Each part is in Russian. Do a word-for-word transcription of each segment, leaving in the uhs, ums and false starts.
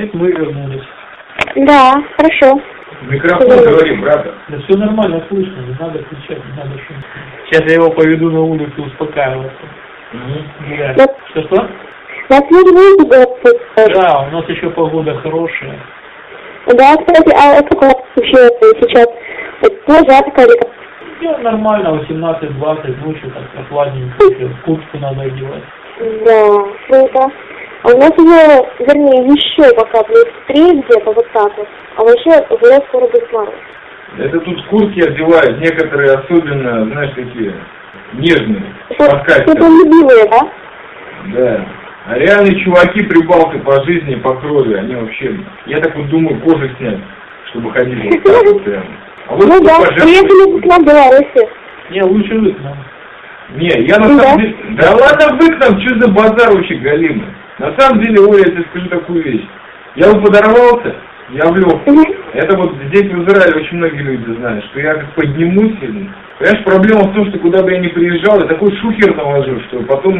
Привет, мы вернулись. Да, хорошо. Микрофон говори, брата. Да все нормально слышно, не надо кричать, не надо шуметь. Сейчас я его поведу на улицу успокаиваться. Угу. Да. Да. Что-что? На свежем воздухе. Да, у нас еще погода хорошая. Да, кстати, а это как вообще сейчас? Это жарко или как? Да, нормально, восемнадцать-двадцать, ночью так прохладненько, куртку надо одевать. Да, круто. А у нас уже, вернее, еще пока плюс три где-то вот так вот. А вообще уже скоро будет мороз. Это тут куртки одевают, некоторые особенно, знаешь, такие нежные. Это любимые, да? Да. А реальные чуваки прибалты по жизни, по крови, они вообще, я так вот думаю, кожу снять, чтобы ходить вот так вот прямо. А вот ну да, приехали к нам в Беларуси. Не, лучше вы к нам. Не, я на самом деле... Да ладно вы к нам, что за базар вообще галимый? На самом деле, Оля, я тебе скажу такую вещь. Я вот подорвался, я влёг. Это вот здесь в Израиле очень многие люди знают, что я как поднимусь. Понимаешь, проблема в том, что куда бы я ни приезжал, я такой шухер навожу, что потом...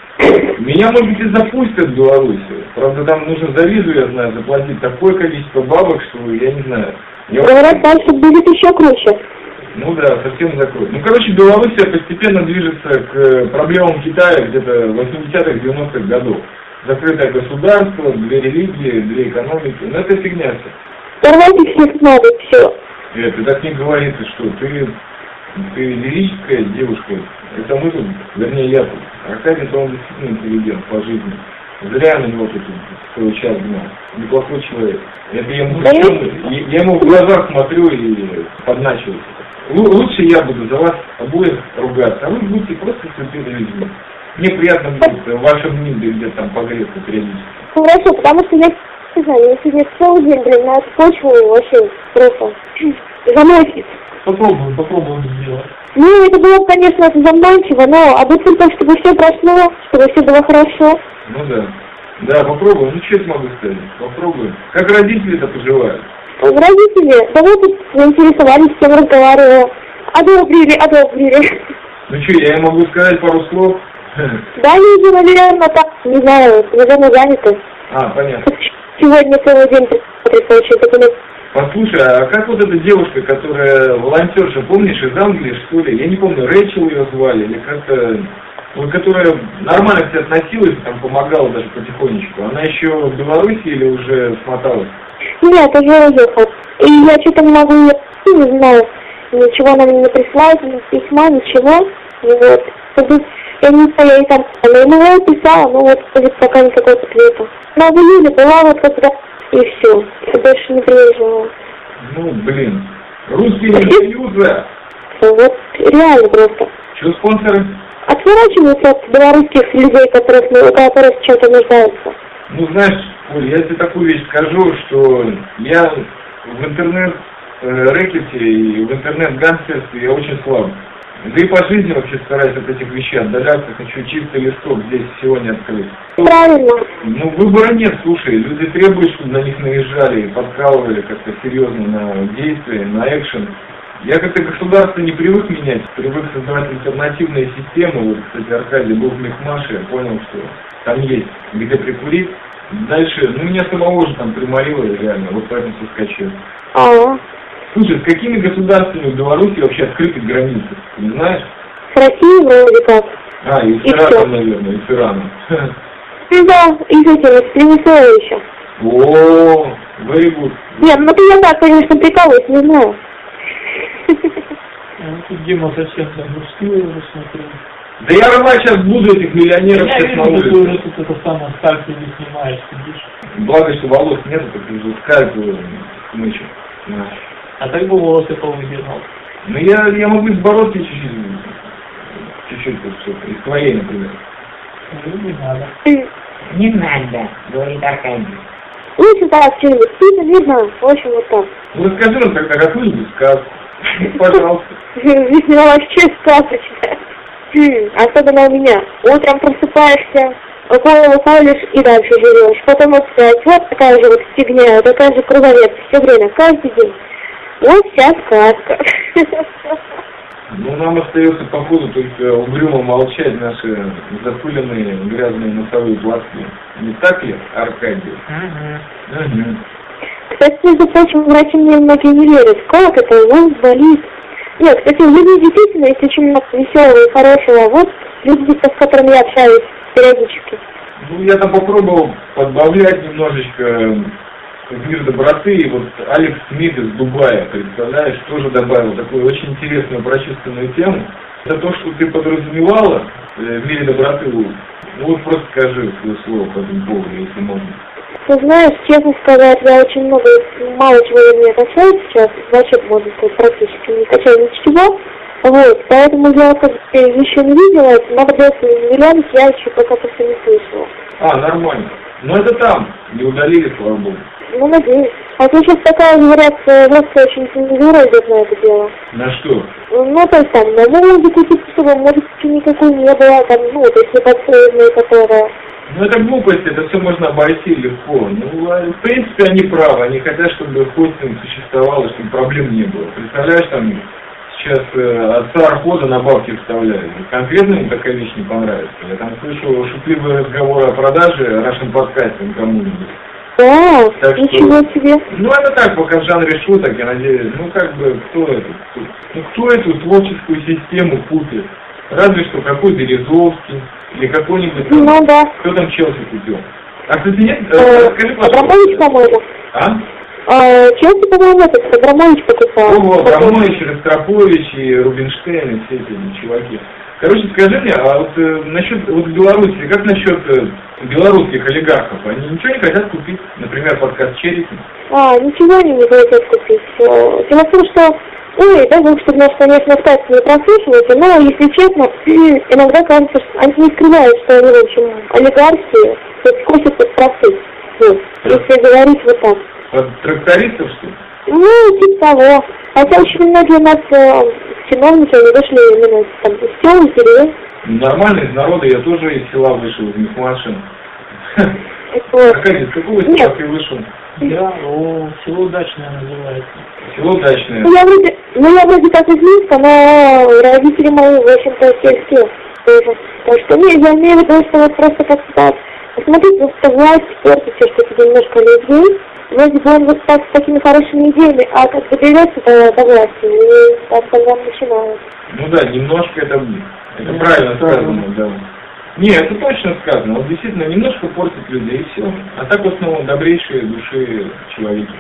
Меня, может быть, и запустят в Беларуси. Правда, там нужно за визу, я знаю, заплатить такое количество бабок, что я не знаю. Я Говорят, вот... дальше будет еще круче. Ну да, совсем закроют. Ну, короче, Белоруссия постепенно движется к проблемам Китая где-то восьмидесятых, девяностых годов. Закрытое государство, две религии, две экономики. Ну, это фигня все. Порвайте всех надо, все. Э, ты так не говори, ты что, ты, ты лирическая девушка. Это мы тут, вернее, я тут. Аркадий, он действительно интеллигент по жизни. Зря на него тут целый час знал. Неплохой человек. Это я ему, я, я ему в глаза смотрю и подначиваю. Лучше я буду за вас обоих ругаться, а вы будете просто святыми людьми. Мне приятно будет в вашем мире где-то там погреться периодически. Хорошо, потому что я не знаю, я сегодня целый день, блин, на почву вообще просто замочить. Попробуем, попробуем сделать. Ну, это было, конечно, это заманчиво, но обычно так, чтобы все прошло, чтобы все было хорошо. Ну да. Да, попробуем. Ну, что я могу сказать? Попробуем. Как родители-то поживают? Родители, да вот тут заинтересовались, с кем разговаривала. Одобрили, одобрили. Ну что, я им могу сказать пару слов? Да, они уже, наверное, так, не знаю, наверное, заняты. А, понятно. Сегодня целый день очень. Послушай, а как вот эта девушка, которая волонтерша, помнишь, из Англии, что ли? Я не помню, Рэйчел ее звали, или как-то... Вот, которая нормально к тебе относилась, там помогала даже потихонечку. Она еще в Беларуси или уже смоталась? Нет, уже уехала. И я что-то не могу, не знаю, ничего она мне не присылает, ни письма, ничего. Вот. Я не знаю, я ей там, она ему писала, но вот пока никакого ответа. Она в июле была вот когда, и все. Я больше не приезжала. Ну, блин. Русские не союза. Вот, реально просто. Что спонсоры? Отворачиваются от белорусских людей, которых, ну, которые в чем-то нуждаются. Ну, знаешь, Оль, я тебе такую вещь скажу, что я в интернет-рэкете и в интернет-гангстерстве я очень слаб. Да и по жизни вообще стараюсь от этих вещей отдаляться, хочу чистый листок здесь сегодня открыть. Правильно. Ну, выбора нет, слушай, люди требуют, чтобы на них наезжали и подкалывали как-то серьезно на действия, на экшен. Я как-то государство не привык менять, привык создавать альтернативные системы. Вот, кстати, Аркадий был в Мехмаше, я понял, что там есть где прикурить. Дальше, ну, меня самого же там приморило реально, вот поэтому соскочил. А-а. Слушай, с какими государствами в Беларуси вообще открыты границы? Ты не знаешь? С Россией вроде как. А, и с Ираном, наверное, и с Ираном. Да, и с этим, с Венесуэлой еще. О, very good. Нет, ну ты я так, конечно, прикалываюсь, не знаю. Ну, тут Дима совсем загрустил, я уже смотрю. Да я рвать сейчас буду этих миллионеров я сейчас на вижу, улице. ты уже тут это самое скальп не снимаешь, сидишь. Благо, что волос нету, так уже скальп мычу. А так бы волосы повыдержал. Ну я, я могу с бородки чуть-чуть, чуть-чуть вот все, из твоей, например. Ну, не надо. Не надо, говорит Аркадий. Лучше так что-нибудь, видно, видно, в общем, вот так. Ну расскажи нам тогда какую-нибудь сказку, пожалуйста. Весьма вообще сказочная. Особенно у меня. Утром просыпаешься, голову колешь и дальше живешь. Потом опять. Вот такая же вот фигня, такая же круговерть. Все время, каждый день. Вот вся сказка. Ну, нам остается, походу, только угрюмо молчать наши запыленные грязные носовые платки. Не так ли, Аркадий? Угу. Угу. Кстати, между прочим, врачи мне многие не верят. Как это? У вас болит. Нет, кстати, в жизни действительно есть очень много веселого и хорошего. Вот люди, с которыми я общаюсь периодически. Ну, я там попробовал подбавлять немножечко в мир доброты. И вот Алекс Смит из Дубая, представляешь, тоже добавил такую очень интересную прочувственную тему. Это то, что ты подразумевала в мире доброты. Ну вот просто скажи свое слово по этому поводу, если можно. Ты знаешь, честно сказать, я очень много, мало чего я не качаю сейчас, вообще, можно сказать, практически не качаю ничего, вот, поэтому я как бы еще не видела, надо было миллион, я еще пока просто не слышала. А, нормально. Но это там, не удалили, слава богу. Ну, надеюсь. А то сейчас такая, говорят, просто очень цензура идет на это дело. На что? Ну, то есть там, на музыку, типа, чтобы, может, никакой не было, там, ну, то есть неподсознанная, которая... Ну это глупость, это все можно обойти легко. Ну, в принципе, они правы, они хотят, чтобы хостинг существовал, и чтобы проблем не было. Представляешь, там сейчас э, отца Архода на бабки вставляют. Конкретно им такая вещь не понравится. Я там слышал шутливые разговоры о продаже Russian подкастинг кому-нибудь. Вау, Так ничего что, себе. Ну это так, пока в жанре шуток, я надеюсь. Ну как бы, кто это? Кто, ну кто эту творческую систему купит? Разве что какой Березовский или какой-нибудь... Ну да. Кто там Челси купил? А, кстати, нет? Э, э, скажи, пожалуйста. Абрамович, по-моему. А? А, Челси, по-моему, этот, Абрамович покупал. Ого, Абрамович, Ростропович и Рубинштейн, и все эти чуваки. Короче, скажи мне, а вот э, насчет вот Беларуси, как насчет э, белорусских олигархов? Они ничего не хотят купить? Например, подкаст Черики? А, ничего они не хотят купить. Дело в том, что, ой, дай бог, чтобы нас, конечно, кстати, не прослушиваете, но, если честно, иногда кажется, что они не скрывают, что они, в общем, олигархи, косят под простых. Вот, если говорить вот так. Под трактористов, что ли? Ну, типа того. Хотя очень многие у нас э, чиновники, они вышли именно там из сел, из деревень. Нормально, из народа, я тоже из села вышел, из Мехмашин. Вот. Аркадий, с какого села ты вышел? Да, о, село Дачное называется. Село Дачное. Ну, я вроде, ну, я вроде как из Минска, но родители мои, в общем-то, сельские тоже. Так что, не, я имею в виду, что вот просто как-то так. Посмотрите, просто власть портит все-таки немножко людей. Вроде бы он вот так, с такими хорошими идеями, а как бы берется до, до власти, и так тогда начинают. Ну да, немножко это, это Нет, правильно это сказано, да. Не, это точно сказано. Вот действительно немножко портит людей, и все. А так в основном добрейшие души человека.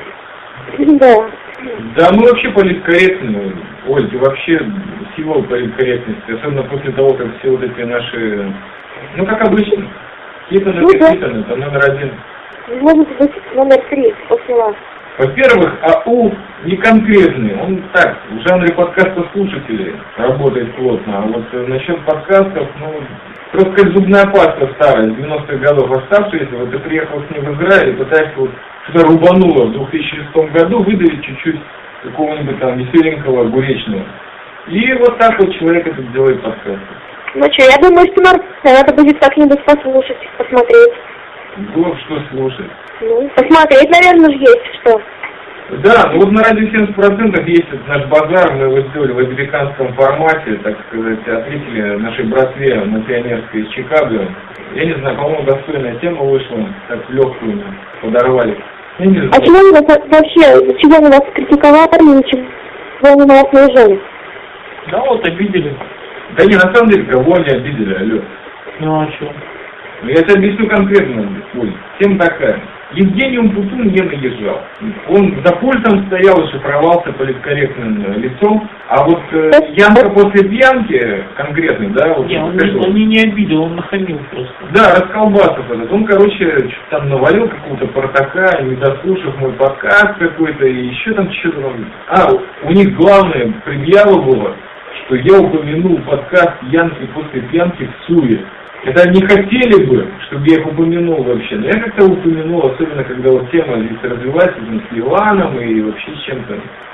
Да. Да, мы вообще политкорректны. Оль, ты вообще символ политкорректности, особенно после того, как все вот эти наши, ну как обычно, Китаны, Ну да. Китаны, это номер один. Может быть, номер три после вас. Во-первых, АУ не конкретный, он так, в жанре подкаста слушателей работает плотно, а вот э, насчет подкастов, ну, просто как зубная паста старая, с девяностых годов оставшаяся, вот ты приехал с ней в Израиль и пытаешься вот что-то рубануло в две тысячи шестом году, выдавить чуть-чуть какого-нибудь там веселенького, огуречного. И вот так вот человек это делает подкасты. Ну что, я думаю, что нормально, надо будет как-нибудь послушать, посмотреть. Было что слушать. Ну, посмотреть, наверное, же есть что. Да, ну вот на радио семьдесят процентов есть этот наш базар, мы его сделали в американском формате, так сказать, ответили нашей братве на Пионерской из Чикаго. Я не знаю, по-моему, достойная тема вышла, так легкую подорвали. Я не знаю. А чего они вас вообще, чего они вас критиковали, чего они на вас наезжали? Да, вот обидели. Да не, на самом деле, кого они обидели, алло. Ну а что? Ну я тебе объясню конкретно, Оль, тема такая. Евгений Умпутун не наезжал. Он за пультом стоял и шифровался политкорректным лицом, а вот э, Янка после пьянки, конкретный, да, вот... Не, он, скажу, он не, не обидел, он нахамил просто. да, Расколбасов этот, он, короче, что-то там навалил какого-то портака, не дослушав мой подкаст какой-то, и еще там что-то там... А, у них главное предъява была, что я упомянул подкаст Янки после пьянки в Суе. Это они хотели бы, чтобы я их упомянул вообще, но я как-то упомянул, особенно когда вот тема здесь развивается там, с Ливаном и вообще с чем-то,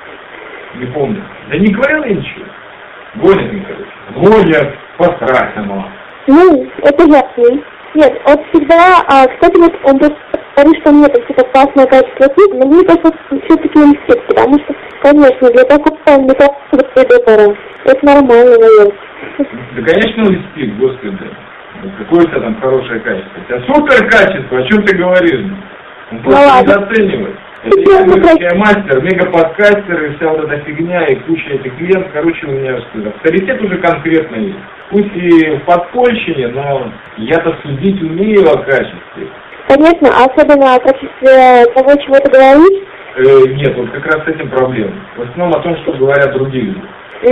не помню. Да не говорил я ничего. Гонят мне, короче. Гонят по-страшному. Ну, это ясно. Нет, вот всегда, а, кстати, вот он говорит, что нет, это классное качество книг, но мне кажется, все-таки он льстит, потому что, конечно, для такого метода это нормально, наверное. Да, конечно, он льстит, господи. Какое у тебя там хорошее качество? У тебя супер качество, о чем ты говоришь? Он Ну просто ладно. недооценивает. Это я говорю, мастер, мега-подкастер и вся вот эта фигня, и куча этих лент. Короче, у меня что-то авторитет уже конкретно есть. Пусть и в подпольщине, но я-то судить умею о качестве. Конечно, особенно о качестве того, чего ты говоришь. Э, нет, вот как раз с этим проблема. В основном о том, что говорят другие люди.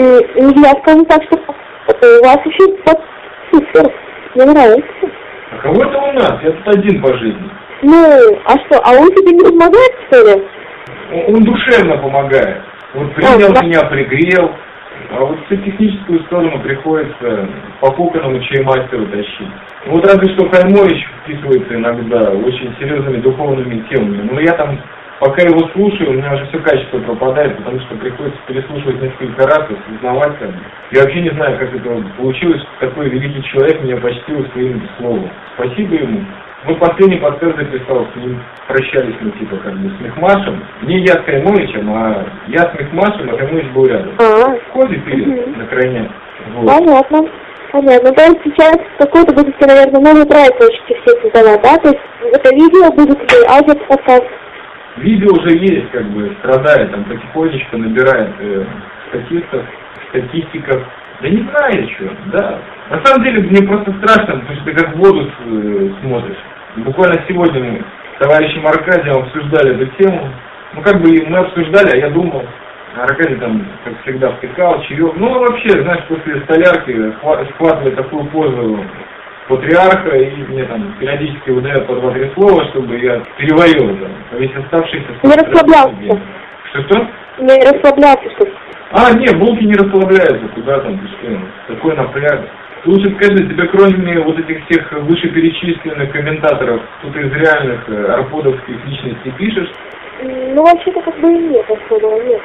М, Я скажу так, что у вас еще вот супер. Мне нравится. А кого это у нас? Я тут один по жизни. Ну, а что, а он тебе не помогает, что ли? Он, он душевно помогает. Вот принял А, да. меня, пригрел. А вот всю техническую сторону приходится по кухонному чаймастеру тащить. Ну, вот разве что Хаймович вписывается иногда очень серьезными духовными темами. Но я там, пока его слушаю, у меня уже все качество пропадает, потому что приходится переслушивать несколько раз и осознавать. Там. Я вообще не знаю, как это получилось, что такой великий человек меня почтил своим словом. Спасибо ему. Ну, последний подкаст записал, с ним прощались мы типа как бы с Мехмашем. Не я с Хаймовичем, а я с Мехмашем, а Хаймович был рядом. А, В ходе пили Мгм. на крайняк. Вот. понятно. Понятно. То есть сейчас какой-то будете, наверное, новый проект учите все создавать, да? То есть это видео будет или аудиоподкаст? Видео уже есть, как бы, страдает, там потихонечку набирает э, статистов, статистиков. Да не знаю что, да. На самом деле мне просто страшно, потому что ты как в воду э, смотришь. Буквально сегодня мы с товарищем Аркадием обсуждали эту тему. Ну как бы мы обсуждали, а я думал, Аркадий там, как всегда, втыкал, чаек. Ну вообще, знаешь, после столярки хва- схватывает такую позу патриарха и мне там периодически выдает по два-три слова, чтобы я переварил это. А весь оставшийся... Не расслаблялся. Что-что? Не расслаблялся, что ли? А, нет, булки не расслабляются, куда там, ты что, такой напряг. Лучше скажи, тебе кроме вот этих всех вышеперечисленных комментаторов, кто-то из реальных э, арподовских личностей пишешь? Ну, вообще-то как бы и нет особого, нет.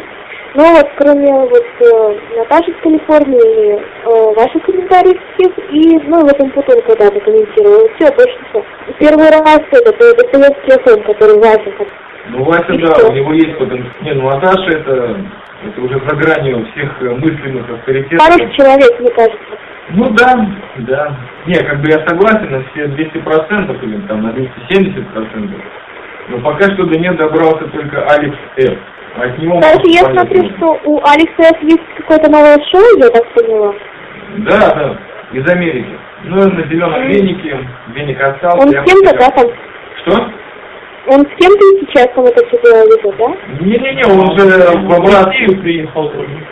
Ну вот, кроме вот э, Наташи из Калифорнии, э, ваших комментариев всех, и, ну, вот инфу только, да, комментировала. Все, больше все. Первый раз это, это Достоевский ФМ, который Вася. Ну, Вася, И да, что? у него есть потом... Не, ну, Наташа, это, это уже за гранью всех э, мысленных авторитетов. Хороший человек, мне кажется. Ну, да, да. Не, как бы я согласен на все двести процентов, или там на двести семьдесят процентов. Но пока что до нее добрался только Алекс Ф. А от него... Кстати, я понять смотрю, можно. что у Алекса есть какое-то новое шоу, я так поняла. Да, да, из Америки. Ну, на зеленом М. венике, веник остался. Он я с кем-то, да, потерял. там? Что? Он с кем-то сейчас там это все дело ведет, да? Не-не-не, он уже в Россию приехал.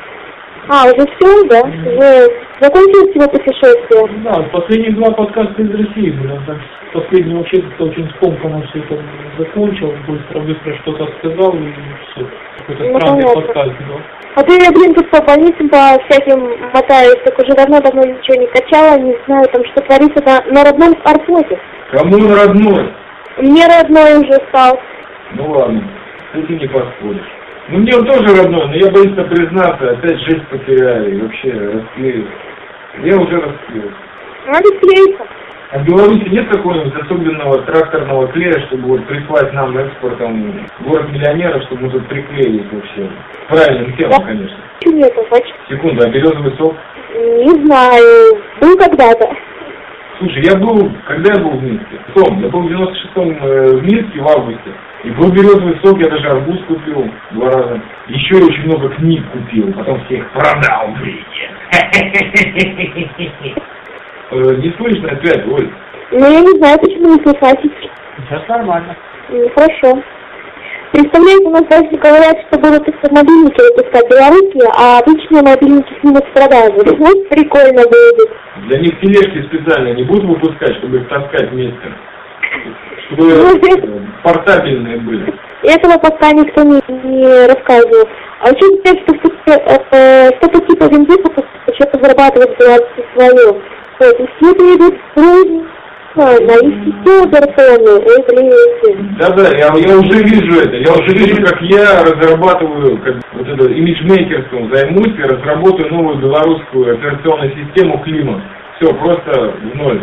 А, уже все, да? Уже закончилось его путешествие? Да, последние два подкаста из России были. Так, последний вообще как-то очень скомканно все это закончил, быстро-быстро что-то сказал и все. Какой-то Ну, странный понятно. подкаст был. А ты, блин, тут по больницам по всяким мотаюсь, так уже давно-давно ничего не качала, не знаю, там что творится на, на родном Арпоте. Кому он родной? Мне родной уже стал. Ну ладно, с этим не поспоришь. Ну мне он тоже родной, но я боюсь признаться, опять жизнь потеряли и вообще расклеюсь. Я уже расклеюсь. Надо склеиться. А в Беларуси нет какого-нибудь особенного тракторного клея, чтобы вот прислать нам экспортом город миллионеров, чтобы мы тут приклеились вообще? Правильным темам, Да. конечно. Чего нету, значит? Секунду, а березовый сок? Не знаю, был когда-то. Слушай, я был, когда я был в Минске? Том, я был в девяносто шестом э, в Минске в августе. И был березовый сок, я даже арбуз купил два раза. Еще я очень много книг купил, потом всех продал, блин. Э, не слышно опять, Оль. Ну, я не знаю, почему не слышать. Сейчас нормально. Ну, хорошо. Представляете, у нас даже говорят, что будут только мобильники выпускать белорусские, а обычные мобильники снимут с продажи. Вот прикольно будет. Для них тележки специально не будут выпускать, чтобы их таскать вместе. Чтобы э, портабельные были. Этого пока никто не, не рассказывал. А что теперь, что э, что-то типа винды что-то зарабатывать белорусы свое? Вот, и все это идут дружно, на их телефоны, ой, блин. Да-да, я, я уже вижу это. Я уже вижу, как я разрабатываю, как вот это имиджмейкерством займусь и разработаю новую белорусскую операционную систему Клима. Все, просто в ноль.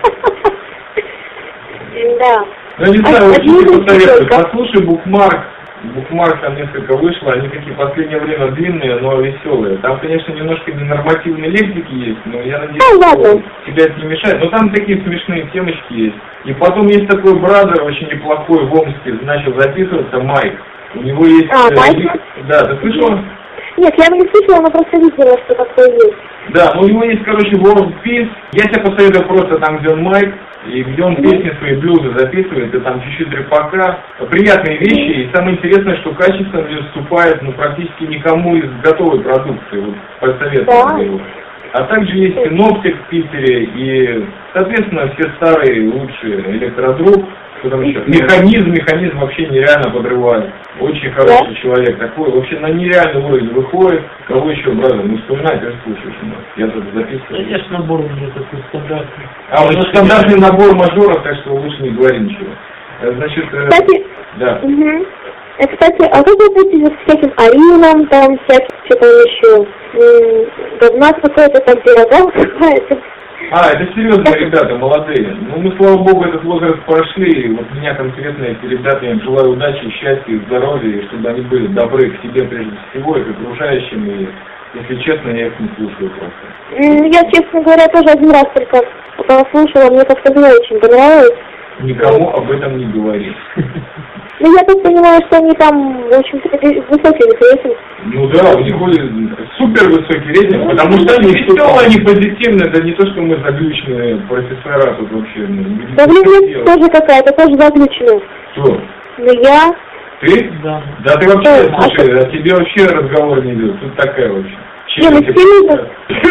Да. Ну, я не знаю, А вот что один тебе посоветую. только. Послушай Букмарк Букмарк там несколько вышло, они такие в последнее время длинные, но веселые. Там, конечно, немножко ненормативной лексики есть, но я надеюсь, Да, что ладно. тебя это не мешает. Но там такие смешные темочки есть. И потом есть такой бразер, очень неплохой, в Омске, начал записываться, Майк. У него есть... А, э, Майк? лик- Да, ты слышала? Нет, я его не слышала, но просто видела, что такое есть. Да, ну у него есть, короче, World Peace. Я тебе посоветую просто там, где он Майк, и где он песни свои, блюзы записывает, и там чуть-чуть репака. Приятные вещи, и самое интересное, что качество не уступает, ну, практически никому из готовой продукции, вот, по совету Да. его. А также есть Синоптик в Питере, и, соответственно, все старые лучшие электродруг. Что там еще? Механизм, механизм вообще нереально подрывает. Очень хороший Да. человек, такой вообще на нереальный уровень выходит. Кого еще, брат, ну вспоминай, ты же слушаешь у нас. Я тут записываю. Конечно, набор уже такой стандартный. А, вот стандартный набор мажоров, так что лучше не говори ничего. Э, Значит, э, Кстати, да. угу. А, кстати, а как вы будете с всяким Арином, там, всяким, что там еще? М, Да у нас какое-то там пирогал какая-то. А, это серьезные ребята, молодые. Ну, мы, слава богу, этот возраст прошли, и вот меня конкретно эти ребята, я им желаю удачи, счастья, здоровья, и чтобы они были добры к себе прежде всего и к окружающим, и, если честно, я их не слушаю просто. М, Я, честно говоря, тоже один раз только послушала, мне как-то не очень понравилось. Никому об этом не говори. Ну, я так понимаю, что они там, в общем-то, высокие рейтинг. Ну да, у них будет супер высокий рейтинг, потому что они веселые, они позитивные, это не то, что мы заглюченные профессора тут вообще. ну, Да, блин, не есть тоже какая-то, тоже заключенная. Что? Но я... Ты? Да. Да ты вообще, Да, слушай, а тебе вообще разговор не идет, тут такая вообще. Не, ну, Челюсть-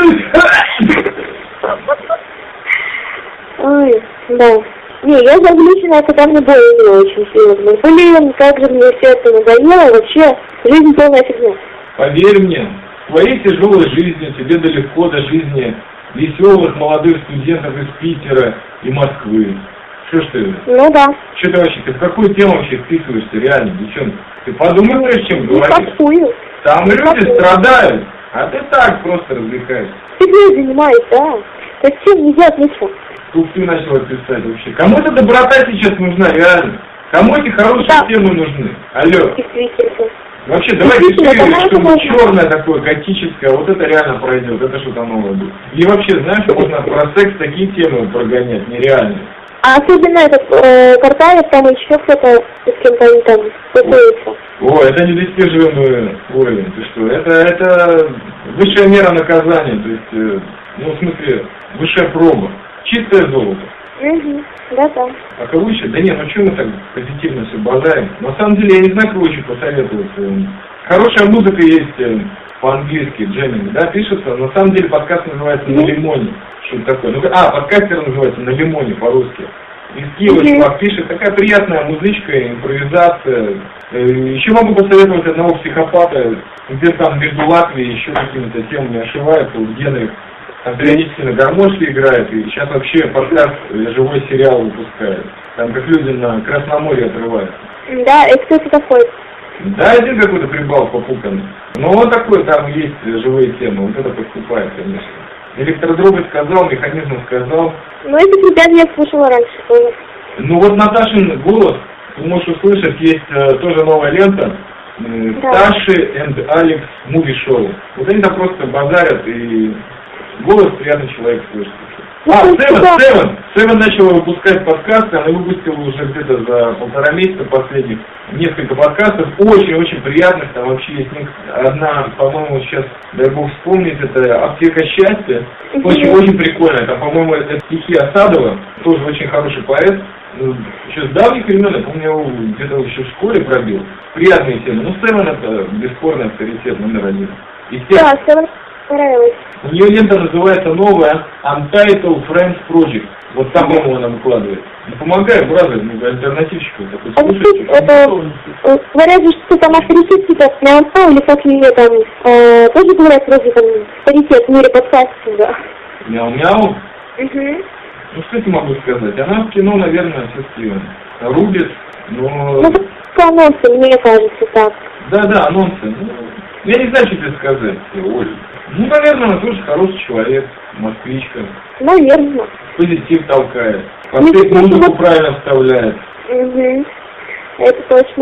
Ой, да. Не, я заглюченная, когда мне было не очень сильно. Ну, блин, как же мне все это надоело, вообще, жизнь полная фигня. Поверь мне, в твоей тяжелой жизни тебе далеко до жизни веселых молодых студентов из Питера и Москвы. Что ж ты? Ну да. Что ты вообще, ты в какую тему вообще вписываешься, реально, девчонка? Ты подумай, прежде чем говоришь. Никакую. Там люди Никакую. страдают, а ты так просто развлекаешься. Фигней занимаюсь, да. Зачем не делать ничего? Тут ты начала писать вообще. Кому эта доброта сейчас нужна, реально? Кому эти хорошие Да. темы нужны? Алло. Действительно. Вообще, давайте Действительно, все, кому это что нужно? черное такое, готическое, вот это реально пройдет, это что-то новое будет. И вообще, знаешь, можно про секс такие темы прогонять, нереально. А особенно этот э, Картаев, там еще кто-то с кем-то они там тусуется. О, это недостижимый уровень, ты что? Это, это высшая мера наказания, то есть, э, ну, в смысле, высшая проба, чистое золото. Угу, да-да. А кого еще? Да нет, ну что мы так позитивно все базарим? На самом деле, я не знаю, кого еще посоветовать. Хорошая музыка есть э, по-английски, джеминг, да, пишется. На самом деле, подкаст называется «На лимоне». Что это такое? Ну, а, подкастер называется «На лимоне» по-русски. Из Киева Мгм. чувак пишет, такая приятная музычка, импровизация. Э, Еще могу посоветовать одного психопата, где-то там между Латвией и еще какими-то темами ошивается, вот Генрих. Там периодически на гармошке играет, и сейчас вообще подкаст э, живой сериал выпускает. Там как люди на Красноморье отрываются. Да, и кто это такой? Да, один какой-то прибал попуканный. Но он такой, там есть э, живые темы, вот это поступает, конечно. Электродробы сказал, механизм сказал. Ну, этих ребят я слушала раньше тоже. Ну вот Наташин голос, ты можешь услышать, есть э, тоже новая лента. э, Да. Таши and Алекс Movie Show. Вот они там просто базарят, и голос приятный человек слышит. Ну, А, то есть Севен, туда- Севен, Севен начала выпускать подкасты, она выпустила уже где-то за полтора месяца последних несколько подкастов, очень-очень приятных, там вообще есть нек- одна, по-моему, сейчас, дай бог вспомнить, это «Аптека счастья», Мгм. очень-очень прикольная, там, по-моему, это стихи Осадова, тоже очень хороший поэт, ну, еще с давних времен, я помню, я его где-то еще в школе пробил, приятные темы, ну, Севен это бесспорный авторитет номер один. И все- Да, все понравилось. у нее лента называется новая Untitled Friends Project. Вот там, по-моему, она выкладывает. Ну, помогай, бразер, ну, альтернативщику такой А вот слушайте. тут, это, э, говорят же, что там авторитет, типа, Мяу-Мяу, или как ее там, э, тоже говорят, вроде там, авторитет в мире подкастинга. Мяу-мяу. Угу. Ну, что я могу сказать? Она в кино, наверное, все-таки рубит, но... Ну, как анонсы, мне кажется, так. Да-да, анонсы. Ну, я не знаю, что тебе сказать, Оль. Ну, наверное, она тоже хороший человек, москвичка. Наверное. Позитив толкает. Ну, Последнюю кстати, музыку вот- правильно вставляет. Угу. Это точно.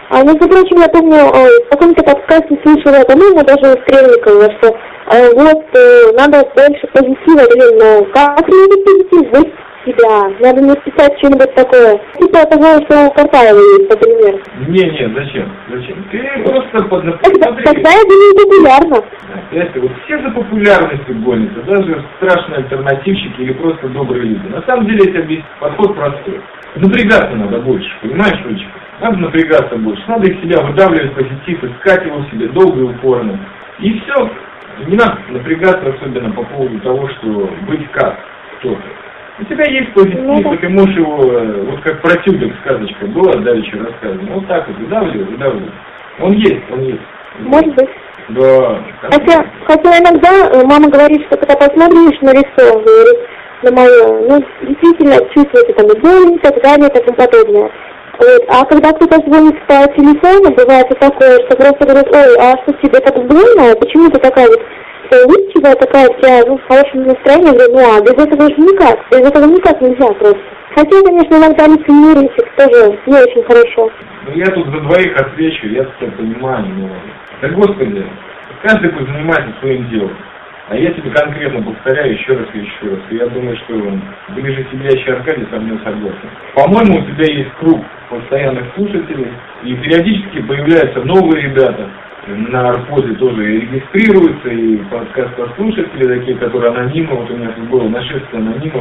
А, между прочим, я помню, э, в каком-то подкасте слышала, по-моему, даже у Стрельникова, что э, вот э, надо больше позитива, блин, ну как любить позитив, вы себя, надо мне писать что-нибудь такое. Типа того, что у Картаева есть, например. Не-не, зачем? Зачем? Ты просто под... Тогда, тогда это не популярно. Опять, вот все за популярностью гонятся, даже страшные альтернативщики или просто добрые люди. На самом деле это весь подход простой. Напрягаться надо больше, понимаешь, Ручка? Надо напрягаться больше, надо из себя выдавливать позитив, искать его в себе долго и упорно. И все. Не надо напрягаться особенно по поводу того, что быть как кто-то. У тебя есть позитив, Ну, и ты можешь его, вот как про тюбик сказочка была, давеча рассказана, вот так вот выдавливай, выдавливай. Он есть, он есть. Может быть. Да. Хотя, хотя иногда э, мама говорит, что когда посмотришь на лицо, говорит, на мое, ну, действительно чувствуется там и боль, и так далее, и тому подобное. Вот. А когда кто-то звонит по телефону, бывает и такое, что просто говорит, ой, а что тебе так больно, почему ты такая вот улыбчивая, такая вся, ну, в хорошем настроении, говорю, ну, а без этого же никак, без этого никак нельзя просто. Хотя, конечно, иногда лицемерить тоже не очень хорошо. Ну, я тут за двоих отвечу, я тебя понимаю, но... Да, Господи, каждый пусть занимается своим делом. А я тебе конкретно повторяю еще раз и еще раз. И я думаю, что ближе сидящий Аркадий со мной согласен. По-моему, у тебя есть круг постоянных слушателей, и периодически появляются новые ребята. На Арподе тоже регистрируются, и подкаст-послушатели, такие, которые анонимы, вот у меня тут было нашествие анонимов,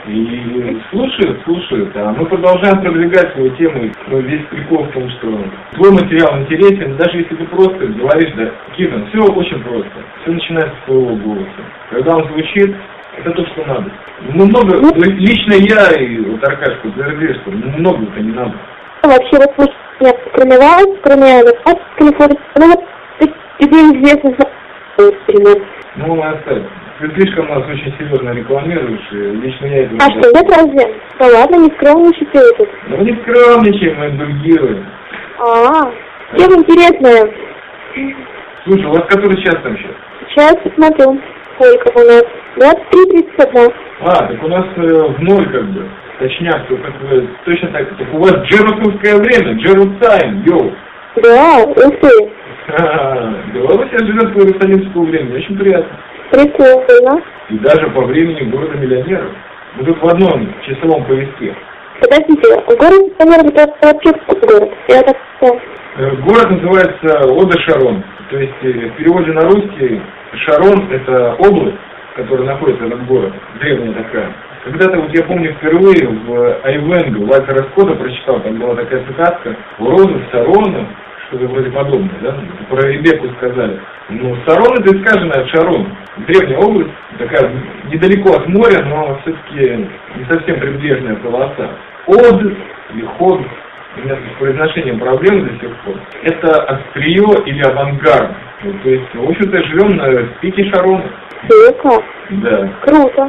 и слушают, слушают, а мы продолжаем продвигать свою тему. Но весь прикол в том, что твой материал интересен, даже если ты просто говоришь, да, Кирилл, все очень просто, все начинается с твоего голоса. Когда он звучит, это то, что надо. Ну, много, лично я и вот Аркашка утверждаю, что много-то не надо. Вообще, вот слушай, меня кроме вас, кроме вас, телефона, ну вот тебе известно, например. Ну, оставь. Ты слишком нас очень серьезно рекламируешь, и лично я это... А что, нет разве? Да ладно, не скромничайте вы тут. Ну, не скромничаем, мы индульгируем. А, тема интересная. Слушай, у вас который час там сейчас? Сейчас посмотрю, сколько у нас. двадцать три тридцать один. А, так у нас э, в ноль как бы. Точняк, то как бы, точно так. Так у вас джерусовское время, джерус тайм, йоу. Да, ух ты. Ха-ха, Беларусь живет по иерусалимскому времени, очень приятно. Прикольно. И даже по времени города миллионеров. Мы тут в одном часовом повестке. Подождите, город, наверное, это вообще город. Я так понял. Город называется Ода-Шарон. То есть в переводе на русский Шарон это область, в которой находится этот город, древняя такая. Когда-то, вот я помню, впервые в Айвенгу Вальтера Скотта прочитал, там была такая цитатка «Уроза Сарона», что-то вроде подобное, да? Про Ребекку сказали. Ну, Сарон это искаженная Шарон. Древняя область, такая недалеко от моря, но все-таки не совсем прибрежная полоса. Од или ход, у меня с произношением проблемы до сих пор, это острие или авангард. Ну, то есть, в общем-то, живем на пике Шарона. Сука. Да. Круто.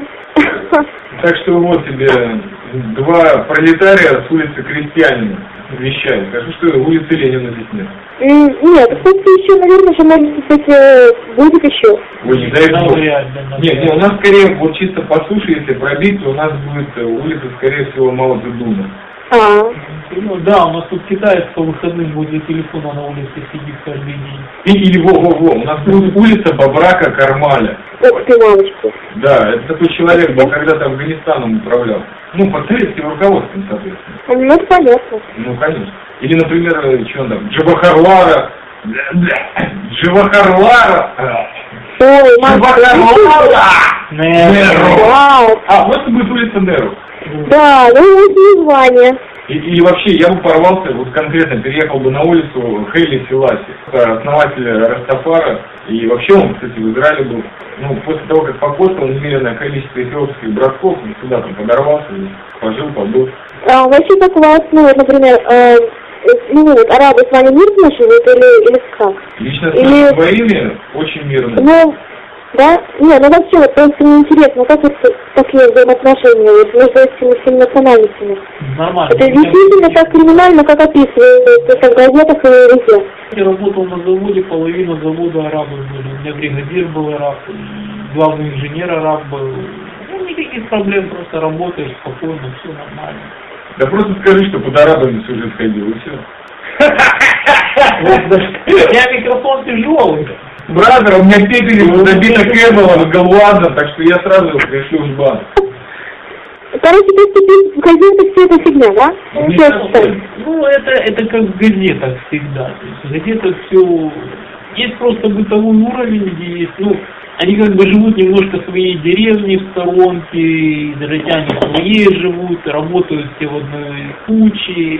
Так что вот тебе два пролетария с улицы Крестьянина вещают. Скажу, что улицы Ленина здесь нет. Нет, кстати, еще, наверное, же, может быть, будет еще. Ой, не дай бог. Нет, нет, у нас скорее, вот чисто по суше, если пробить, то у нас будет улица, скорее всего, Мао Цзэдуна. А. Ну да, у нас тут китаец по выходным возле телефона на улице сидит каждый день. И, или во-во-во, у нас будет улица Бабрака Кармаля. Ух ты, мамочки. Да, это такой человек был, когда-то Афганистаном управлял. Ну, под советским руководством, соответственно. Ну, это понятно. Ну, конечно. Или, например, что он там, Джавахарлара. Джавахарлара. Ой, Джавахарлара. Неру. Вау. А, вот это будет улица Неру. Да, ну, вот название. И, и вообще, я бы порвался, вот конкретно переехал бы на улицу Хейли Селаси, основатель Растафара, и вообще он, кстати, в Израиле был, ну, после того, как покостал немеренное количество эфиопских братков, он сюда там подорвался, пожил, побыл. А, вообще, как у вас, ну, вот, например, э, ну, вот, арабы с вами мирно живут или, или как? Лично с или... своими очень мирно. Ну, да? Не, ну вообще, вот просто мне интересно, как вот такие взаимоотношения вот, между этими всеми национальностями? Нормально. Это действительно так криминально, как описывают это в газетах и везде. Я работал на заводе, половина завода арабы были. У меня бригадир был араб, главный инженер араб был. Ну, никаких проблем, просто работаешь спокойно, все нормально. Да просто скажи, что под арабами сюжет ходил, и все. Я микрофон тяжелый. Бразер, у меня пепель забита кэблом и галвазом, так что я сразу пришлю в бан. Короче, то есть теперь в газетах все это фигня, да? Не Ничего совсем. читать. Ну, это, это как в газетах всегда. То есть в газетах все... Есть просто бытовой уровень, где есть, ну, они как бы живут немножко в своей деревне в сторонке, и израильтяне своей живут, работают все в одной куче.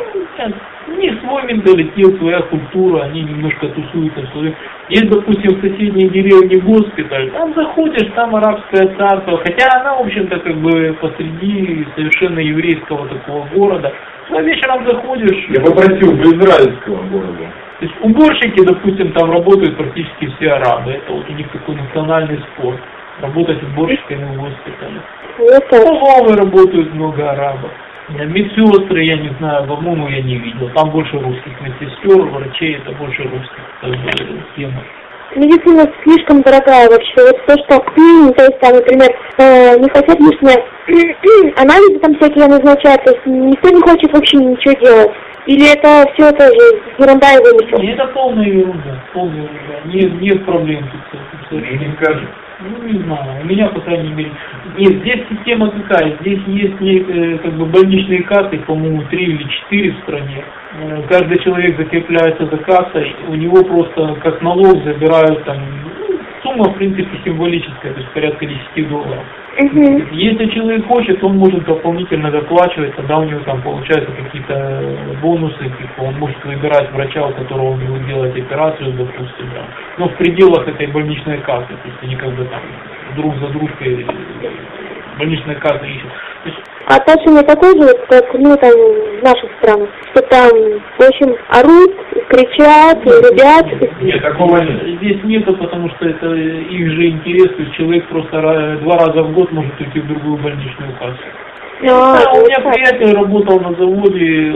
У них свой менталитет, своя культура, они немножко тусуются в своем. Есть, допустим, в соседней деревне госпиталь, там заходишь, там арабское царство, хотя она, в общем-то, как бы посреди совершенно еврейского такого города. Но вечером заходишь... Я попросил бы израильского города. То есть уборщики, допустим, там работают практически все арабы, это вот у них такой национальный спорт, работать уборщиками в госпитале. Это... Столовые работают много арабов. Медсестры, я не знаю, по-моему, я не видел. Там больше русских медсестер, врачей, это больше русских как бы, тема. Медицина слишком дорогая вообще. Вот то, что, то есть там, например, э, не хотят лишнее анализы там всякие назначать, то есть никто не хочет вообще ничего делать. Или это все тоже ерунда и вымысел? Нет, это полная ерунда, полная ерунда. Нет, нет проблем тут с этим. Не скажешь. Ну, не знаю, у меня, по крайней мере, нет, здесь система какая, здесь есть не, э, как бы больничные кассы, по-моему, три или четыре в стране. Э, каждый человек закрепляется за кассой, у него просто как налог забирают там, ну, сумма, в принципе, символическая, то есть порядка десять долларов. Угу. Если человек хочет, он может дополнительно доплачивать, тогда у него там получаются какие-то бонусы, типа он может выбирать врача, у которого он будет делать операцию, допустим, да. Но в пределах этой больничной кассы, то есть они как бы там друг за дружкой больничная касса ищут. То есть, а отношение такое же, как ну, там, в наших странах, что там, в общем, орут, кричат, ребят. Нет, такого нет. Здесь нету, потому что это их же интерес, то есть человек просто два раза в год может уйти в другую больничную кассу. А, Да, у меня приятель работал на заводе,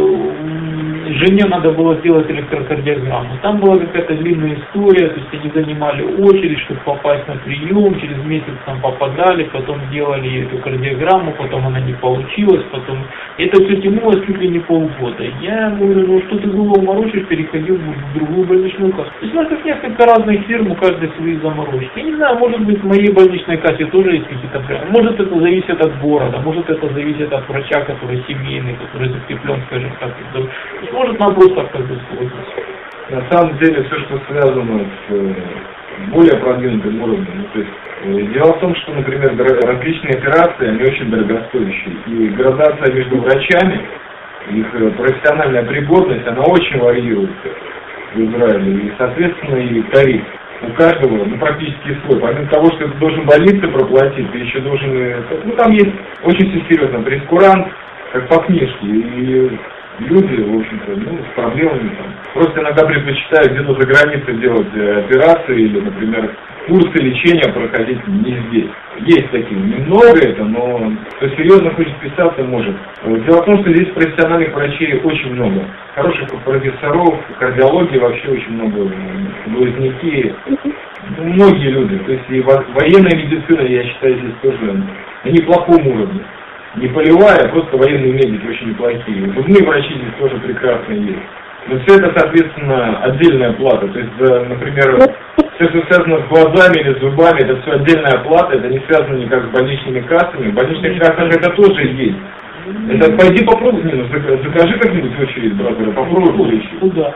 жене надо было сделать электрокардиограмму. Там была какая-то длинная история, то есть они занимали очередь, чтобы попасть на прием, через месяц там попадали, потом делали эту кардиограмму, потом она не получилась, потом... Это все тянулось чуть ли не полгода. Я говорю, ну что ты голову морочишь, переходил в другую больничную кассу. То есть у нас как несколько разных фирм, у каждой свои заморочки. Я не знаю, может быть в моей больничной кассе тоже есть какие-то проблемы. Может это зависит от города, может это зависит от врача, который семейный, который закреплен, скажем так. Может нам просто как бы сложиться. На самом деле все, что связано с э, более продвинутым уровнем, ну, то есть, э, дело в том, что, например, различные операции, они очень дорогостоящие, и градация между врачами, их э, профессиональная пригодность, она очень варьируется в Израиле, и, соответственно, и тариф у каждого, ну, практически свой. Помимо того, что ты должен больнице проплатить, ты еще должен, э, ну, там есть очень все серьезно, прескурант, как по книжке, и люди, в общем-то, ну, с проблемами там. Просто иногда предпочитают где-то за границей делать операции или, например, курсы лечения проходить не здесь. Есть такие, немного это, но кто серьезно хочет писаться, может. Дело в том, что здесь профессиональных врачей очень много. Хороших профессоров, кардиологии вообще очень много, глазники, ну, многие люди. То есть и военная медицина, я считаю, здесь тоже на неплохом уровне. Не полевая, а просто военные медики очень неплохие. Зубные врачи здесь тоже прекрасно есть. Но все это, соответственно, отдельная плата. То есть, например, все, что связано с глазами или с зубами, это все отдельная плата, это не связано никак с больничными кассами. В больничных кассах это тоже есть. Это пойди попробуй, не, ну, закажи как-нибудь в очередь, брат, попробуй полечить. Куда?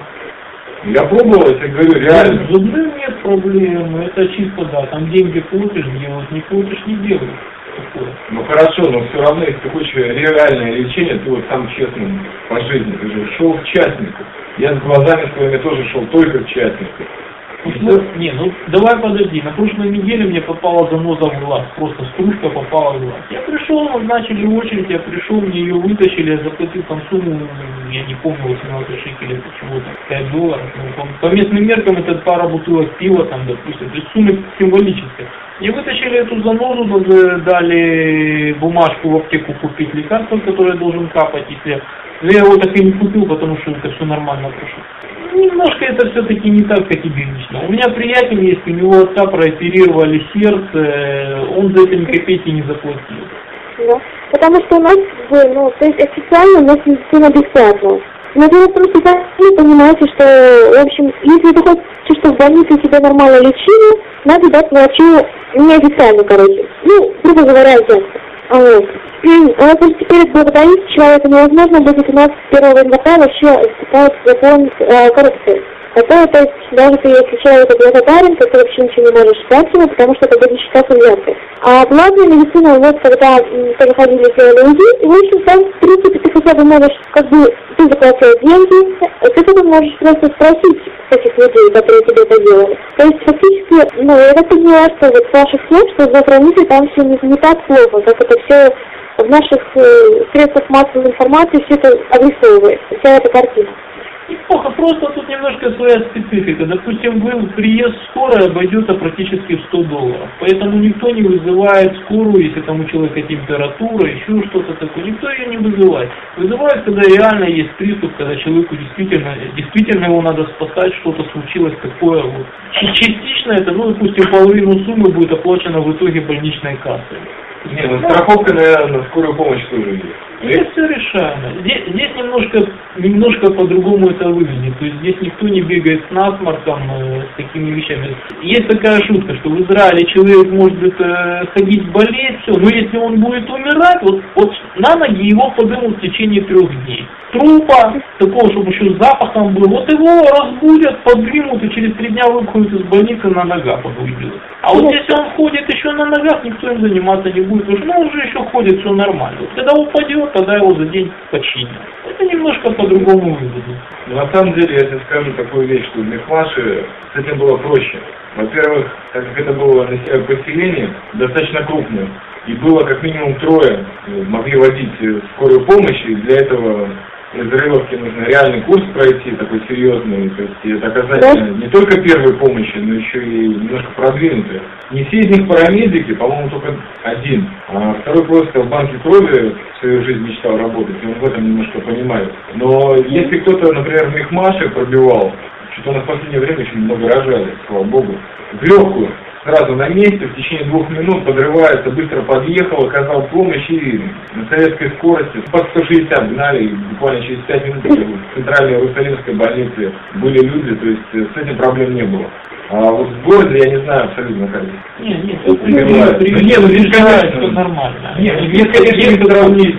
Я пробовал, я говорю, реально. С зубным нет проблем, это чисто, да, там деньги платишь, делать не платишь, не делаешь. Ну хорошо, но все равно, если ты хочешь реальное лечение, ты вот сам честным по жизни, ты же шел в частнику. Я с глазами своими тоже шел только в частнику. Ну, не, ну давай подожди, на прошлой неделе мне попала заноза в глаз, просто стружка попала в глаз. Я пришел, назначили очередь, я пришел, мне ее вытащили, я заплатил там сумму, я не помню, восемнадцать шекелей, почему-то, пять долларов. Ну, по, по местным меркам это пара бутылок пива, там, допустим, то есть сумма символическая. Мне вытащили эту занозу, дали бумажку в аптеку купить лекарство, которое должен капать, если... Но я его так и не купил, потому что это все нормально прошло. Немножко это все-таки не так категорично. У меня приятель есть, у него отца прооперировали сердце, он за это ни копейки не заплатил. Да. Потому что у нас, ну, то есть официально у нас медицина бесплатная. Но дело в том, что сами понимаете, что, в общем, если ты хочешь, чтобы в больнице тебя нормально лечили, надо дать врачу неофициально, короче. Ну, грубо говоря, взятку. А вот. А вот теперь благодарить человека невозможно будет, у нас с первого января вообще вступает в закон э, коррупции. Это, то есть, даже ты, если человек благодарен, то ты вообще ничего не можешь дать ему, потому что это будет считаться взяткой. А платная медицина, вот когда ты выходили, сделали УЗИ, и, в общем, там, в принципе, ты хотя бы можешь, как бы, ты заплатил деньги, ты потом можешь просто спросить этих людей, которые тебе это делали. То есть, фактически, ну, я так поняла, что вот с ваших слов, что за границей там все не, не так плохо, как это все в наших э, средствах массовой информации все это обрисовывается, вся эта картина. Неплохо, просто тут немножко своя специфика. Допустим, вы приезд скорой обойдется практически в сто долларов. Поэтому никто не вызывает скорую, если там у человека температура, еще что-то такое. Никто ее не вызывает. Вызывают, когда реально есть приступ, когда человеку действительно, действительно его надо спасать, что-то случилось такое. Вот. Частично это, ну, допустим, половину суммы будет оплачено в итоге больничной кассой. Не, ну страховка, наверное, на скорую помощь тоже есть. Это все решаемо. Здесь, здесь немножко, немножко по-другому это выглядит. То есть здесь никто не бегает с насморком, э, с такими вещами. Есть такая шутка, что в Израиле человек может э, ходить болеть, все, но если он будет умирать, вот, вот на ноги его подымут в течение трех дней. Трупа, такого, чтобы еще с запахом был, вот его разбудят, поднимут и через три дня выходит из больницы на ногах он уйдет. А вот если он ходит еще на ногах, никто им заниматься не будет, потому что ну, он уже еще ходит, все нормально. Вот когда упадет, тогда его за день починят. Это немножко по-другому выглядит. Но на самом деле, я тебе скажу такую вещь, что в Мехмаше с этим было проще. Во-первых, так как это было поселение достаточно крупное, и было как минимум трое, могли водить скорую помощь, и для этого Израиловке нужно реальный курс пройти, такой серьезный, то есть это оказание не только первой помощи, но еще и немножко продвинутое. Не все из них парамедики, по-моему, только один. А второй просто в банке крови свою жизнь мечтал работать, и он в этом немножко понимает. Но если кто-то, например, в Мехмаше пробивал, что-то у нас в последнее время очень много рожали, слава богу, в легкую, сразу на месте, в течение двух минут подрывается, быстро подъехал, оказал помощь и на советской скорости по сто шестьдесят гнали, буквально через пять минут в центральной Иерусалимской больнице были люди, то есть с этим проблем не было. А вот в городе я не знаю абсолютно как. Нет, нет, это нет, ну здесь, конечно, все нормально. Нет, здесь, конечно, не сравнить,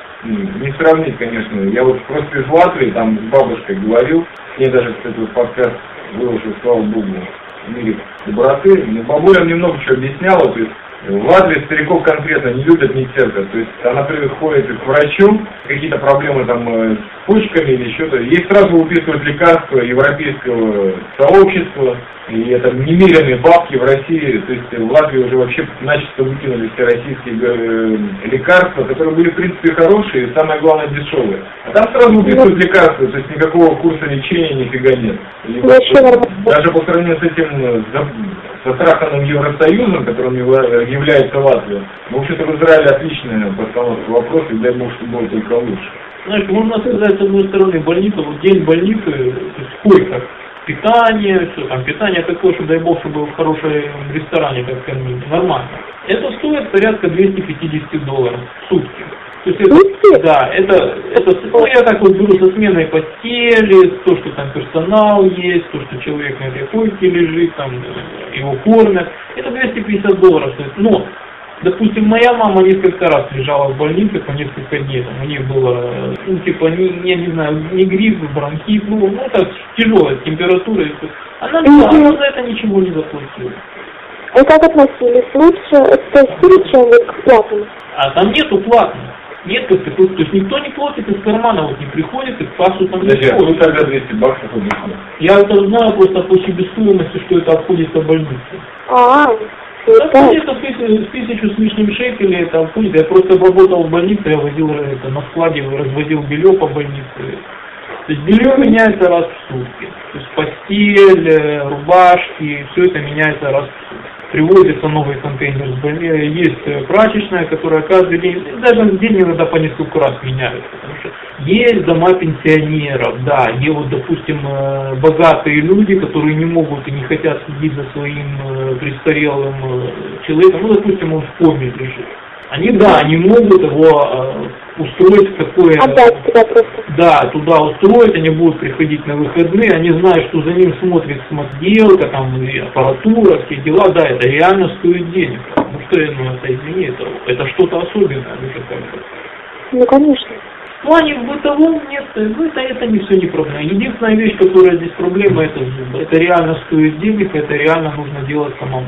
не сравнить, конечно. Я вот просто из Латвии, там с бабушкой говорил, с ней даже, кстати, вот подкаст выложил, слава богу, в мире доброты. Бабуля мне много чего объясняла, то есть в Латвии стариков конкретно не любят, не терпят. То есть она приходит к врачу, какие-то проблемы там с почками или что-то, ей сразу выписывают лекарства европейского сообщества, и это немеренные бабки в России, то есть в Латвии уже вообще начисто выкинули все российские э, лекарства, которые были в принципе хорошие и самое главное дешевые. А там сразу выписывают лекарства, то есть никакого курса лечения нифига нет. И вот, даже по сравнению с этим затраханным Евросоюзом, которым является Латвия, в общем-то в Израиле отличная постановка вопроса, и дай бог, что было только лучше. Знаешь, можно сказать, с одной стороны, больница, вот день больницы, то есть сколько? Питание, все там, питание такое, что дай бог, чтобы был в хорошем ресторане, как кормили, нормально. Это стоит порядка двести пятьдесят долларов в сутки. То есть это, да, это, это, ну, я так вот беру со сменой постели, то, что там персонал есть, то, что человек на этой койке лежит, там, его кормят, это двести пятьдесят долларов. То есть, но, допустим, моя мама несколько раз лежала в больнице по несколько дней, там, у нее было, ну, типа, не, я не знаю, не грипп, бронхит, ну, ну, так, тяжелая температура, она, она, она за это ничего не заплатила. А как относились? Лучше, то есть, хуже, чем вот к платному? А там нету платного. Нет, то есть никто не платит из кармана, вот не приходит, и кассу там не приходит. Ну тогда двести баксов обычно. Я это знаю просто по себестоимости, что это обходится больнице. А, это где-то тысячу с лишним шекелей это обходит. Я просто работал в больнице, я возил это на складе, развозил белье по больнице. То есть белье меняется раз в сутки. То есть постель, рубашки, все это меняется раз в сутки. Привозится новый контейнер с больницы, есть прачечная, которая каждый день, даже в день иногда по несколько раз меняется. Потому что есть дома пенсионеров, да, где вот, допустим, богатые люди, которые не могут и не хотят следить за своим престарелым человеком, ну, допустим, он в коме лежит. Они, да, они могут его э, устроить в такое... Отдать туда просто. Да, туда устроить, они будут приходить на выходные, они знают, что за ним смотрит смотрелка, там, и аппаратура, все дела, да, это реально стоит денег. Ну что, ну, это, извини, это, это что-то особенное, уже как-то. Ну, конечно. В плане в бытовом нет, это, это не все не проблема. Единственная вещь, которая здесь проблема, это зубы. Это реально стоит денег, это реально нужно делать самому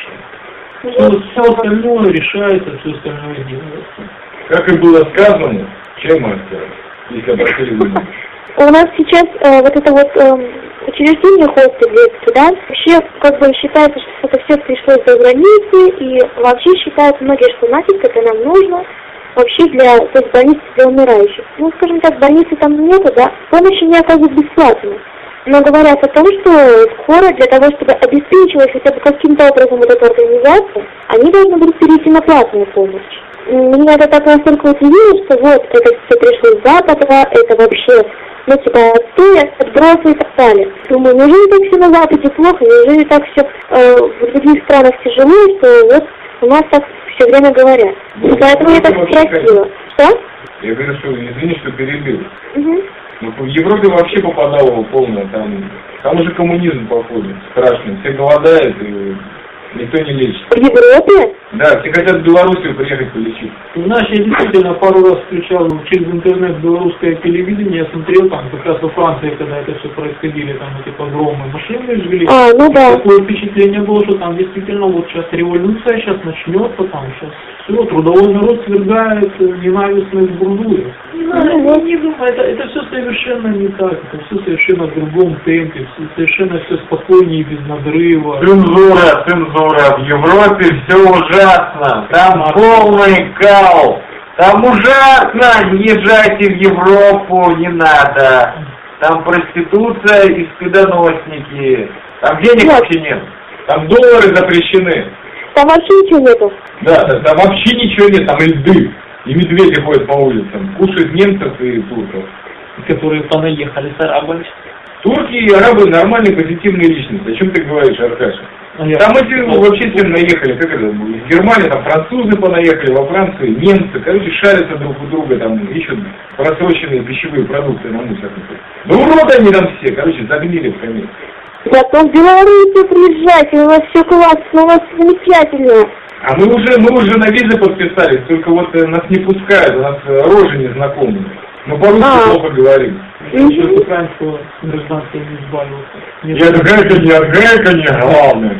лично. Все, все остальное решается, все остальное делается. Как и было сказано, чем мастер, если обратили внимание. У нас сейчас э, вот это вот э, учреждение хостелится, да, вообще как бы считается, что это все пришло из-за границы, и вообще считают многие, что нафиг это нам нужно. Вообще для, то есть больницы для умирающих. Ну, скажем так, больницы там нету, да, помощи не оказывают бесплатно. Но говорят о том, что скоро для того, чтобы обеспечивать хотя бы каким-то образом вот эту организацию, они должны будут перейти на платную помощь. Меня это так настолько удивило, что вот это все пришло с Запада, это вообще, ну типа отстой, отбросы и так далее. Думаю, неужели так все на Западе плохо, неужели так все э, в других странах тяжело, что вот у нас так все время говорят. Ну, поэтому я так спросила. Что? Я говорю, что извини, что перебил. Угу. Ну, в Европе вообще попадало полное, там, там уже коммунизм походит, страшный. Все голодают и никто не лечит. В Европе? Да, все хотят в Белоруссию приехать полечить. Знаешь, я действительно пару раз включал через интернет белорусское телевидение, я смотрел там, как раз во Франции, когда это все происходили, там эти погромы, машины жгли. А, ну да. Такое впечатление было, что там действительно вот сейчас революция, сейчас начнется, там сейчас все, трудовой народ свергает ненавистных буржуев. Не надо, Ну, не думай, это, это все совершенно не так, это все совершенно в другом темпе, все, совершенно все спокойнее, без надрыва. Цензура, цензура. В Европе все ужасно. Там полный кал. Там ужасно. Не езжайте в Европу, не надо. Там проституция и скидоносники. Там денег Нет. вообще нет. Там доллары запрещены. Там вообще ничего нету. Да, да, там вообще ничего нет, там льды. И медведи ходят по улицам. Кушают немцев и турков. Которые понаехали с арабами. Турки и арабы нормальные, позитивные личности. О чем ты говоришь, Аркаша? А я- Там эти вообще всем наехали, как это, в Германии там французы понаехали, во Франции немцы, короче, шарятся друг у друга, там ищут просроченные пищевые продукты на мусорниках. Да уроды они там все, короче, загнили в конец. Зато в Белоруссию приезжайте, у вас все классно, у вас замечательно. А мы уже, мы уже на визы подписались, только вот э, нас не пускают, у нас э, рожи незнакомые. Мы по-русски А. плохо говорим. Еще с украинского гражданства не избавился. Нет, Я гайка не, гайка не, главное.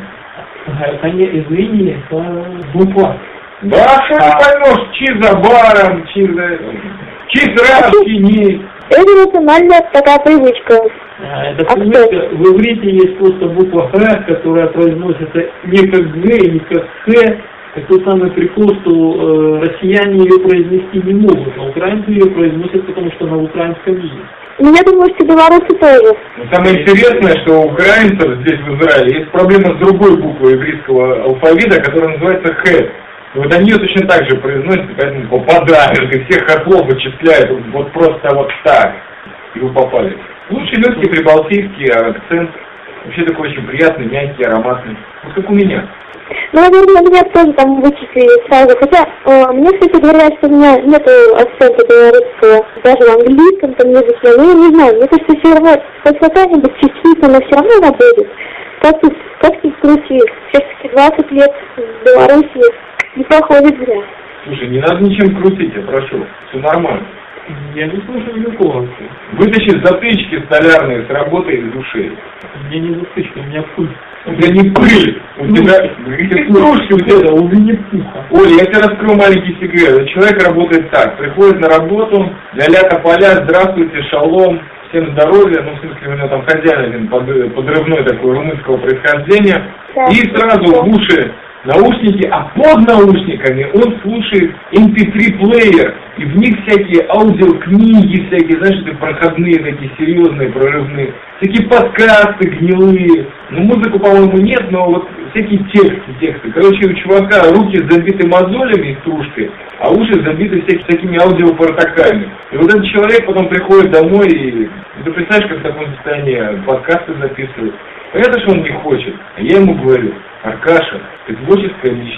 это не, извини, это буква. Да, что ты поймешь, чи за баром, чи за... Чи сразу, чи не. Это национальная такая привычка. А, Это А привычка, в иврите есть просто буква Х, которая произносится не как Г и не как Х. Это тот самый прикол, что э, россияне ее произнести не могут, а украинцы ее произносят, потому что она в украинском языке. Ну, я думаю, что белорусы тоже. Но самое интересное, что у украинцев здесь в Израиле есть проблема с другой буквой еврейского алфавита, которая называется Х. И вот они ее точно так же произносят, поэтому попадают, и всех ослов вычисляют вот просто вот так. И вы попали. Лучше легкий прибалтийский акцент. Вообще такой очень приятный, мягкий, ароматный. Вот как у меня. Ну, наверное, меня тоже там вычислили сразу. Хотя, э, мне, кстати, говорят, что у меня нет акцента белорусского, даже в английском там языке. Ну, я не знаю, мне кажется, все равно, хоть какая-нибудь частица, но все равно она будет. Как тут, как тут крути? Все-таки двадцать лет в Беларуси не проходит зря. Слушай, не надо ничем крутить, я прошу. Все нормально. Я не слышу никакого вообще. Вытащи затычки столярные с работы из души. У меня не затычка, у меня пыль. У тебя не пыль, у тебя игрушки, у тебя... У Винни-Пуха. Оля, я тебе раскрою маленький секрет. Человек работает так, приходит на работу, ля-ля тополя, здравствуйте, шалом, всем здоровья, ну, в смысле, у него там хозяин один под- подрывной такой румынского происхождения, Да. и сразу в уши наушники, а под наушниками он слушает эм пи три плеер, и в них всякие аудиокниги, всякие, знаешь, это проходные такие, серьезные, прорывные, всякие подкасты гнилые, ну, музыку, по-моему, нет, но вот всякие тексты, тексты. Короче, у чувака руки забиты мозолями и стружкой, а уши забиты всякими, всякими аудиопортаками. И вот этот человек потом приходит домой, и ты представляешь, как в таком состоянии подкасты записывает. Понятно, что он не хочет. А я ему говорю: Аркаша, ты творческая личность.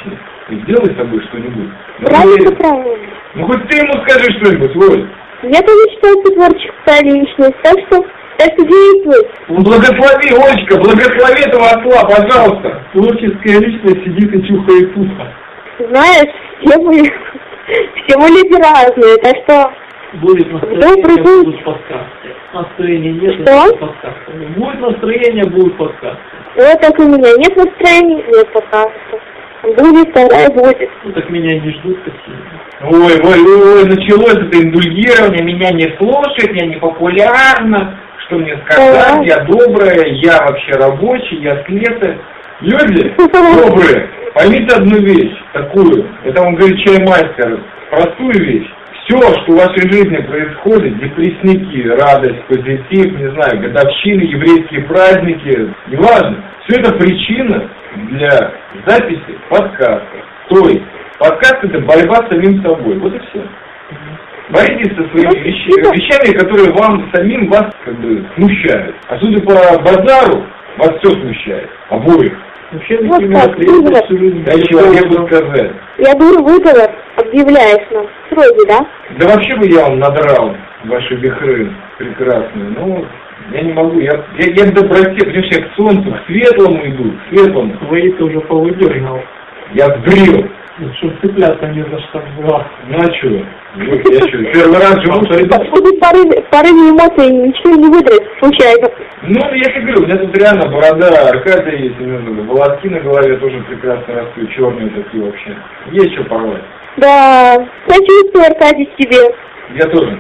Сделай с собой что-нибудь. Правильно, правильно. Ну хоть ты ему скажи что-нибудь, Оль. Я тоже считаю, что творческая личность, так что, так что действуй. Ну, благослови, Олечка, благослови этого осла, пожалуйста. Творческая личность сидит и чухает ухо. Знаешь, все мы, все мы люди разные, так что... Будет настроение, Добрый день. будут подкасты. Настроения нет, Что? будет подкасты. Будет настроение, будут подкасты. Вот так у меня нет настроения, нет подкаста. Будет, тогда и будет. Ну так меня не ждут, спасибо. Ой, ой, ой, ой, началось это индульгирование, меня не слушают, я не популярна, что мне сказать, Да. я добрая, я вообще рабочий, я слесарь. Люди добрые, поймите одну вещь, такую, это вам говорит чаймастер, простую вещь. Все, что в вашей жизни происходит, депрессники, радость, позитив, не знаю, годовщины, еврейские праздники, неважно, все это причина для записи подкаста. То есть, подкаст это борьба с самим собой, вот и все. Боритесь со своими вещами, вещами, которые вам самим вас как бы смущают. А судя по базару, вас все смущает, обоих. Вообще, Вот например, так, клиент выговор. всю жизнь Да человеку сказать. Я говорю, выговор объявляешь нам. Вроде, да? Да вообще бы я вам надрал ваши вихры прекрасные. Ну, я не могу. Я, я, я к доброте, понимаешь, я к солнцу, к светлому иду, к светлому. твои ты уже повыдергал. Я сбрил. Чтобы цепляться не за что было. Ну а что? Вот я что, первый раз живу, что это... Будет порыв, порыве эмоций, ничего не выдрать, случайно. Ну, я тебе говорю, у меня тут реально борода, Аркадия есть, у меня волоски на голове тоже прекрасно растут, черные такие вообще. Есть что порвать. Да, сочувствую, Аркадий, тебе. Я тоже.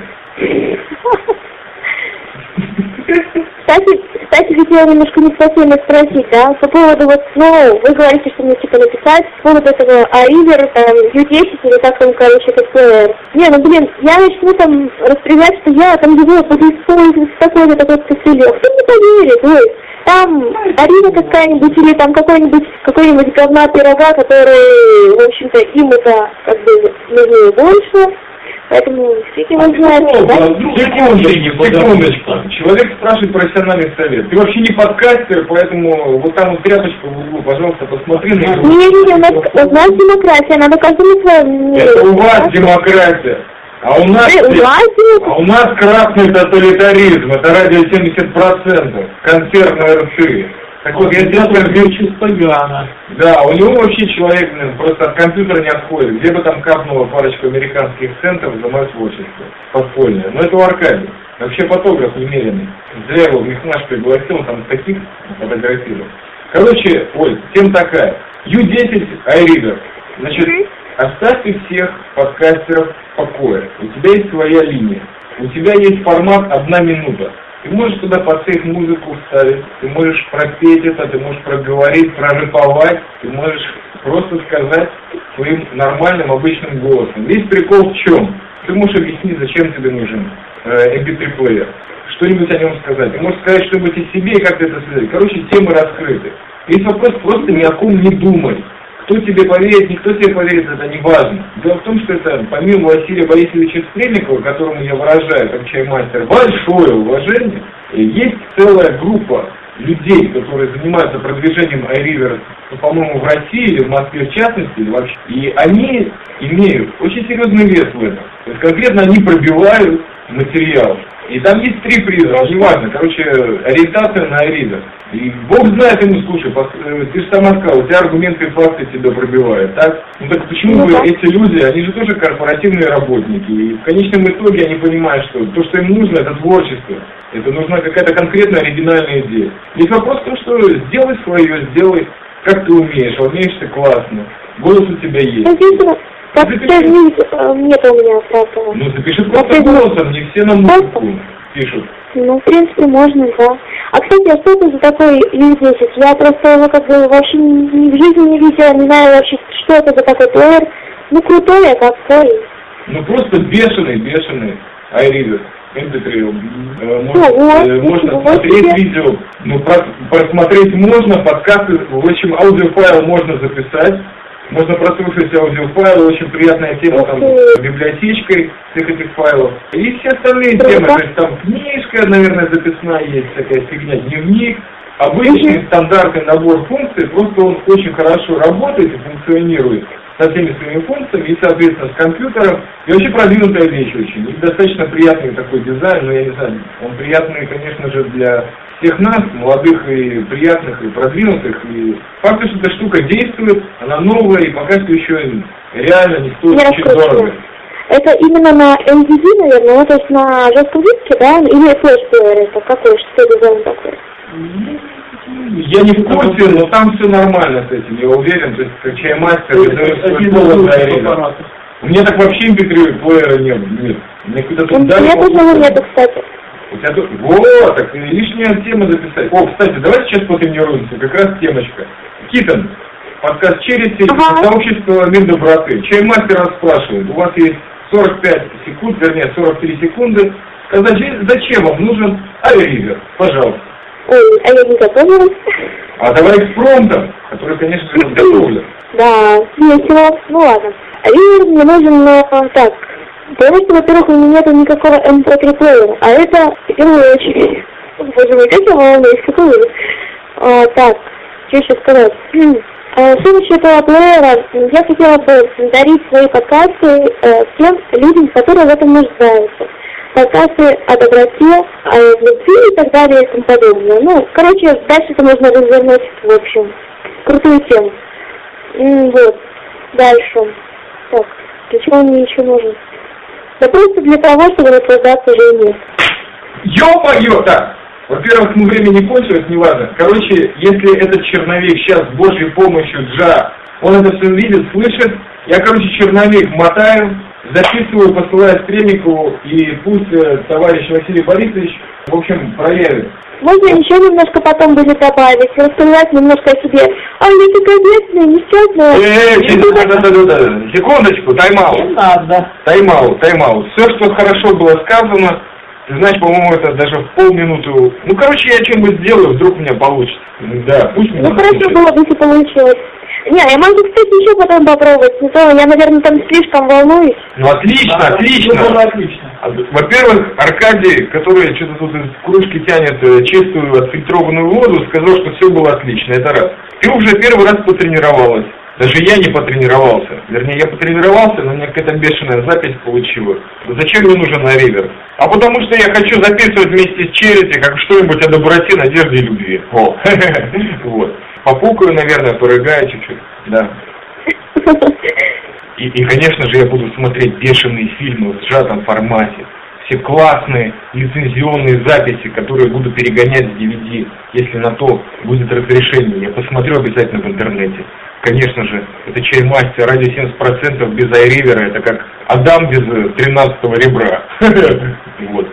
Кстати, кстати, хотела немножко неспокойно спросить, да, по поводу вот, ну, вы говорите, что мне типа написать по поводу этого Аривер, там, ю десять или как там, короче, этот плеер. Не, ну, блин, я начну там распрягать, что я там его буду использовать в такой-то такой кошелек. Кто мне поверит, ой, там Арина какая-нибудь или там какой-нибудь, какой-нибудь говна пирога, который, в общем-то, им это, как бы, нужнее больше. Поэтому фиг его знает, да? Секундочку, секундочку. Человек спрашивает профессиональный совет. Ты вообще не подкастер, поэтому вот там вот тряпочка в углу, пожалуйста, посмотри на него. Не-не-не, у нас, у нас демократия, надо каждому своему мнению. Это у вас демократия. А у нас, Э, у нас а у нас красный тоталитаризм. Это радио семьдесят процентов. Концертной рты. Так вот, я здесь как чистогана. Да, у него вообще человек блин, просто от компьютера не отходит. Где бы там капнула парочку американских центов за мое творчество подпольное. Но это у Аркадия. Вообще фотограф немеренный. Зря его в Мехнаш пригласил, он там таких фотографировал. Короче, Оль, тема такая. ю десять iReader. Значит, оставьте всех подкастеров в покое. У тебя есть своя линия. У тебя есть формат одна минута. Ты можешь туда подсейв музыку вставить, ты можешь пропеть это, ты можешь проговорить, прорыповать, ты можешь просто сказать своим нормальным обычным голосом. Весь прикол в чем? Ты можешь объяснить, зачем тебе нужен эм пи три плеер. Что-нибудь о нем сказать. Ты можешь сказать что-нибудь о себе и как ты это связать. Короче, темы раскрыты. Весь вопрос просто ни о ком не думай. Кто тебе поверит, никто тебе поверит, это не важно. Дело в том, что это, помимо Василия Борисовича Стрельникова, которому я выражаю, как чаймастер, большое уважение, есть целая группа людей, которые занимаются продвижением iRiver, ну, по-моему, в России или в Москве в частности, или вообще. И они имеют очень серьезный вес в этом. То есть конкретно они пробивают материал. И там есть три призма, неважно, короче, ориентация на iRiver. И Бог знает ему, слушай, ты же сама сказала, у тебя аргументы и факты тебя пробивают, так? Ну так почему бы эти люди, они же тоже корпоративные работники, и в конечном итоге они понимают, что то, что им нужно, это творчество, это нужна какая-то конкретная оригинальная идея. Есть вопрос в том, что сделай свое, сделай, как ты умеешь, а умеешь ты классно, голос у тебя есть. Как нет у меня такого. Ну запиши просто голосом, не все на музыку пишут. Ну, в принципе, можно, да. А, кстати, а что это за такой ю десять? Я просто его как бы вообще ни в жизни не видела, не знаю вообще, что это за такой плеер. Ну, крутой, а какой? Ну, просто бешеный, бешеный iRiver. эм пи три. Можно, ну, э, можно вот, смотреть вот видео, ну, про, просмотреть можно, подкасты, в общем, аудиофайл можно записать. Можно прослушать аудиофайлы, очень приятная тема там с библиотечкой всех этих файлов. И все остальные да, темы, да. то есть там книжка, наверное, записная есть, такая фигня, дневник. Обычный угу. стандартный набор функций, просто он очень хорошо работает и функционирует. со всеми своими функциями, и, соответственно, с компьютером. И вообще продвинутая вещь очень. И достаточно приятный такой дизайн, но я не знаю, он приятный, конечно же, для всех нас, молодых и приятных, и продвинутых. И факт, что эта штука действует, она новая, и пока что еще реально не стоит Я очень раскручиваю. дорого. Это именно на эн ди ви, наверное, ну, то есть на жестком диске, да? Или флеш-плеер это какой? Что дизайн такой? Я не в курсе, но там все нормально с этим, я уверен. То есть, как чаймастер, я даю свой Один голос из за лучших Эрика. аппаратов. У меня так вообще эм пи три плеера нет. Нет. Мне куда-то У тут дали. меня тоже полчаса. нету, кстати. У тебя тут... Вот, так лишняя тема записать. О, кстати, давай сейчас потренируемся, как раз темочка. Китон, подкаст Черити, Ага. сообщество Мир доброты. Чаймастер вас спрашивает, у вас есть сорок пять секунд, вернее сорок три секунды, сказать, зачем вам нужен аэривер, пожалуйста. Ой, а я не готовилась. А давай экспромтом, который, конечно же, подготовлен. Да, весело. Ну ладно. Ривер мне нужен, но так. Потому что, во-первых, у меня нет никакого эм пи три плеера, а это в первую очередь. Боже мой, как я волнуюсь, какой ужас. А, так, что еще сказать? А, с помощью этого плеера я хотела бы дарить свои подкасты э, тем людям, которые в этом нуждаются. Подкасты о доброте, о любви и так далее и тому подобное. Ну, короче, дальше это можно развернуть, в общем, крутую тему. М, Вот, дальше. Так, для чего мне еще нужен? Да просто для того, чтобы наслаждаться жизнью. Ё-моё! Так, во-первых, ну время не кончилось, неважно. Короче, если этот черновик сейчас с Божьей помощью Джа, он это все видит, слышит, я, короче, черновик мотаю, записываю, посылаю Стремникову, и пусть э, товарищ Василий Борисович, в общем, проверит. Можно еще немножко потом будет добавить, рассказать немножко о себе. А я такая бедная, несчастная. Э, секундочку, Не тайм-аут. надо. Тайм-аут, тайм-аут. Все, что хорошо было сказано, ты знаешь, по-моему, это даже в полминуты. Ну, короче, я что-нибудь сделаю, вдруг у меня получится. Да, пусть у меня Ну хорошо получится. было бы, если получилось. Не, я могу, кстати, еще потом попробовать, но то я, наверное, там слишком волнуюсь. Ну, отлично, Да, отлично. ну, было отлично. Во-первых, Аркадий, который что-то тут из кружки тянет э, чистую отфильтрованную воду, сказал, что все было отлично, это раз. Ты уже первый раз потренировалась. Даже я не потренировался. Вернее, я потренировался, но у меня какая-то бешеная запись получилась. Зачем мне нужен аэривер? А потому что я хочу записывать вместе с Черити как что-нибудь о доброте, надежде и любви. О, вот. Попукаю, наверное, порыгаю чуть-чуть, да. И, и, конечно же, я буду смотреть бешеные фильмы в сжатом формате. Все классные лицензионные записи, которые буду перегонять с ди ви ди, если на то будет разрешение. Я посмотрю обязательно в интернете. Конечно же, это чаймастер, радио семьдесят процентов без айривера, это как Адам без тринадцатого ребра. Вот.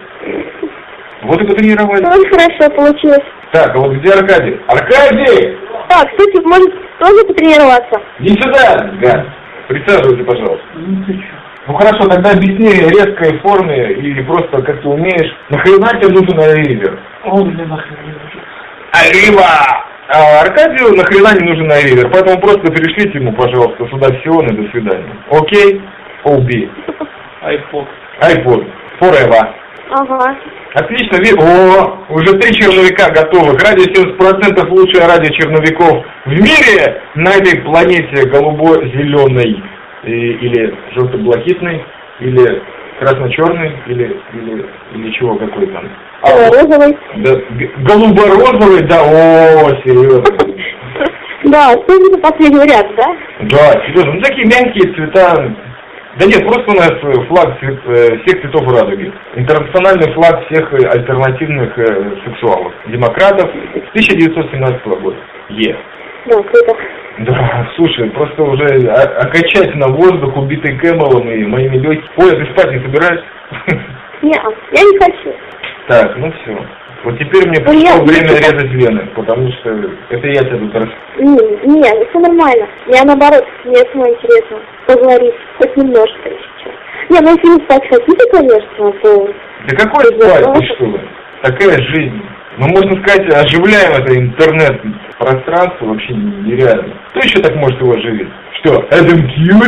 Вот и потренировались. Ну, хорошо получилось. Так, а вот где Аркадий? Аркадий! Так, кстати, может тоже потренироваться? Не сюда, гад. Присаживайся, пожалуйста. Не хочу. Ну хорошо, тогда объясни резкой форме и просто как ты умеешь. Нахрена тебе нужен айривер? Он мне нахрен не нужен. Айрива! А Аркадию нахрена не нужен айривер, поэтому просто перешлите ему, пожалуйста, сюда Сион и до свидания. Окей? Оуби. Айпод. Айпод. Forever. Ага. Отлично, ви... О, уже три черновика готовых. Радио семьдесят процентов лучшее радио черновиков в мире на этой планете голубо-зеленой или желто-блакитной, или красно-черный, или, или, или чего, какой там? А, Розовый. да, голубо-розовый, да, о, серьезно. Да, вспомнили последний вариант, да? Да, серьезно, ну такие мягкие цвета. Да нет, просто у нас флаг цвет, всех цветов радуги. Интернациональный флаг всех альтернативных э, сексуалов. Демократов с тысяча девятьсот семнадцатого года. Е. Да, круто. Да, слушай, просто уже окачать на воздух, убитый Кэмелом и моими легкими. Ой, ты спать не собираешься? Не, я не хочу. Так, ну все. Вот теперь мне Ну, я- пришло время я- резать вены, потому что это я тебя тут рас... Не, не, все нормально. Я наоборот, мне самое интересно поговорить хоть немножко сейчас. Не, ну если вы спать хотите, конечно, то... Да какой спать, ты что? Такая жизнь. Ну, можно сказать, оживляем это интернет-пространство вообще нереально. Кто еще так может его оживить? Что, Эдем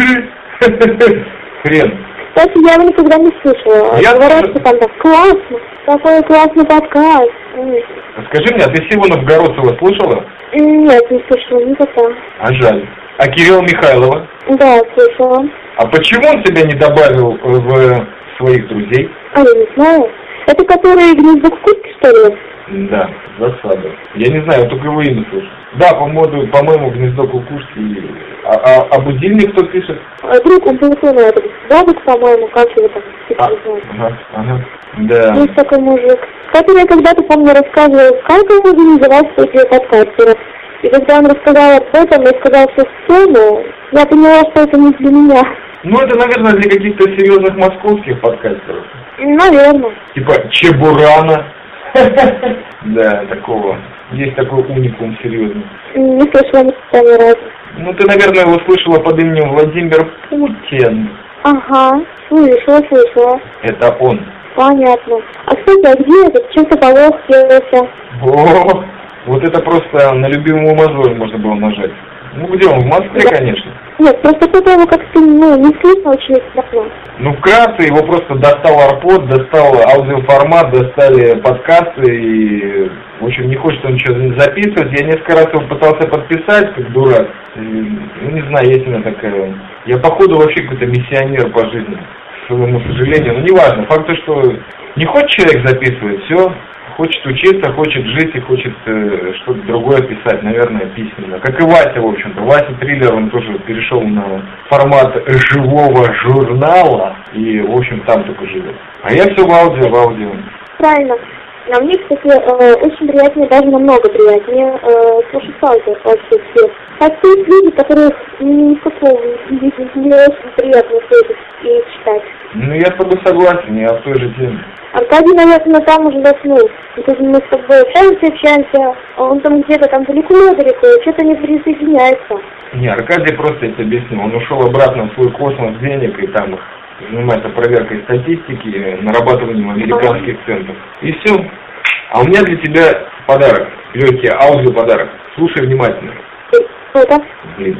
Кьюри? Хрен. Кстати, я его никогда не слышала. Я Говорят, тоже. что там так классно, такой классный подкаст. Ой. Скажи мне, а ты Симона Новгородцева слушала? Нет, не слышала никогда. А жаль. А Кирилла Михайлова? Да, слышала. А почему он тебя не добавил в своих друзей? А, я не знаю. Это который гнездо кукушки, что ли? Да, засада. Я не знаю, я только его имя слышу. Да, по-моему, по-моему, гнездо кукушки. А, а, а будильник кто пишет? А, друг, он телефон, это бабок, по-моему, как его там? А, ага, ага, да. Есть такой мужик, который когда-то, помню, рассказывал, как он организовал свой подкастера. И когда он рассказал об этом, я сказала все все, но я поняла, что это не для меня. Ну, это, наверное, для каких-то серьезных московских подкастеров. Наверное. Типа Чебурана. Да, такого. Есть такой уникум серьезный. Не слышала никогда ни разу. Ну, ты, наверное, его слышала под именем Владимир Путин. Ага, слышала, слышала. Это он. Понятно. А, кстати, а где этот? Чем-то полох съелся? О, вот это просто на любимую мозоль можно было нажать. Ну, где он? В Москве, да, конечно. Нет, просто кто-то его как-то, ну, не слышно очень давно. Ну, вкратце, его просто достал арпод, достал аудиоформат, достали подкасты, и, в общем, не хочет он ничего записывать. Я несколько раз его пытался подписать, как дурак. Ну, не знаю, есть у меня такая... Я, походу, вообще какой-то миссионер по жизни, к своему сожалению. Но неважно, факт, что не хочет человек записывать, все... Хочет учиться, хочет жить и хочет э, что-то другое писать, наверное, письменно. Как и Вася, в общем-то. Вася Триллер, он тоже перешел на формат живого журнала и, в общем, там только живет. А я все в аудио, в аудио. Правильно. А мне, кстати, э, очень приятнее, даже намного приятнее э, слушать аудио вообще всех. Хотя есть люди, которых ни в каком виде не очень приятно слушать и читать. Ну, я с тобой согласен, я в той же теме. Аркадий, наверное, там уже заснул. Потому мы с тобой общаемся, общаемся, а он там где-то там далеко-далеко, что-то не присоединяется. Не, Аркадий просто, я тебе объясню, он ушел обратно в свой космос денег и там занимается проверкой статистики, нарабатыванием американских центов. И все. А у меня для тебя подарок, легкий аудиоподарок. Слушай внимательно. Что это? Блин.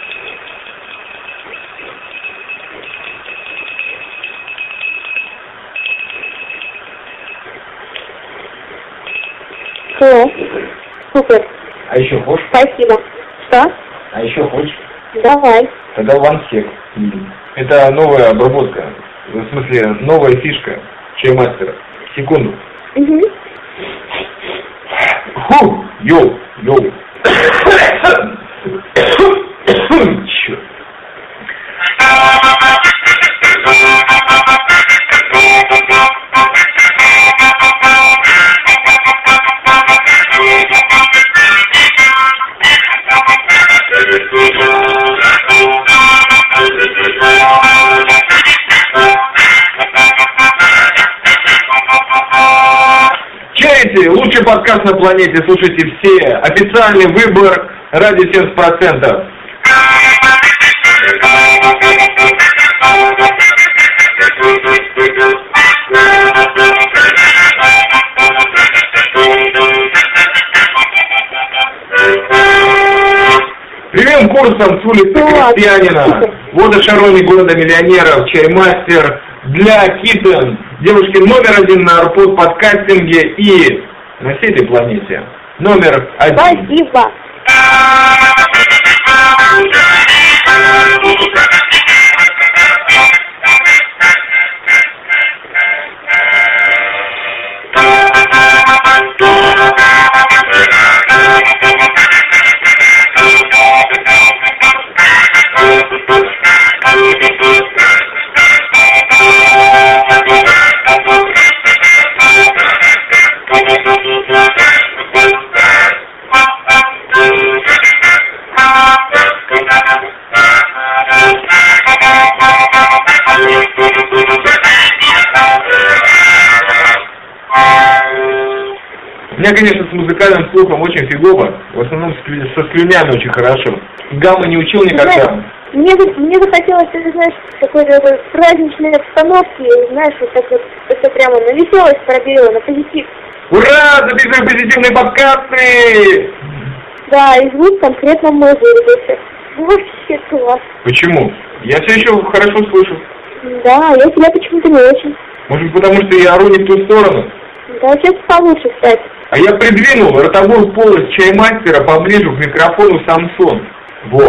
О, супер. А еще хочешь? Спасибо. Что? А еще хочешь? Давай. Тогда OneSec. Это новая обработка. В смысле, новая фишка чаймастера. Секунду. Угу. Фу! Йоу! Йоу! Черт. Чайте, лучший подкаст на планете, слушайте все. Официальный выбор радио семьдесят процентов. Привет курсом с улицы Крестьянина. Водошароне города миллионеров, чаймастер для Китен. Девушки номер один на Арпод подкастинге и на всей этой планете. Номер один. Спасибо. У меня, конечно, с музыкальным слухом очень фигово, в основном со слюнями очень хорошо. Гаммы не учил никогда. Мне, мне захотелось, ты знаешь, какой-то праздничной обстановки, знаешь, вот так вот, это прямо на веселость пробило, на позитив. Ура! Записываем позитивные подкасты! Да, и звук конкретно мой вырубился. Вообще класс. Почему? Я все еще хорошо слышу. Да, я тебя почему-то не очень. Может, потому что я ору не в ту сторону? Да, сейчас получше, кстати. А я придвинул ротовую полость чаймастера поближе к микрофону Samsung. Во.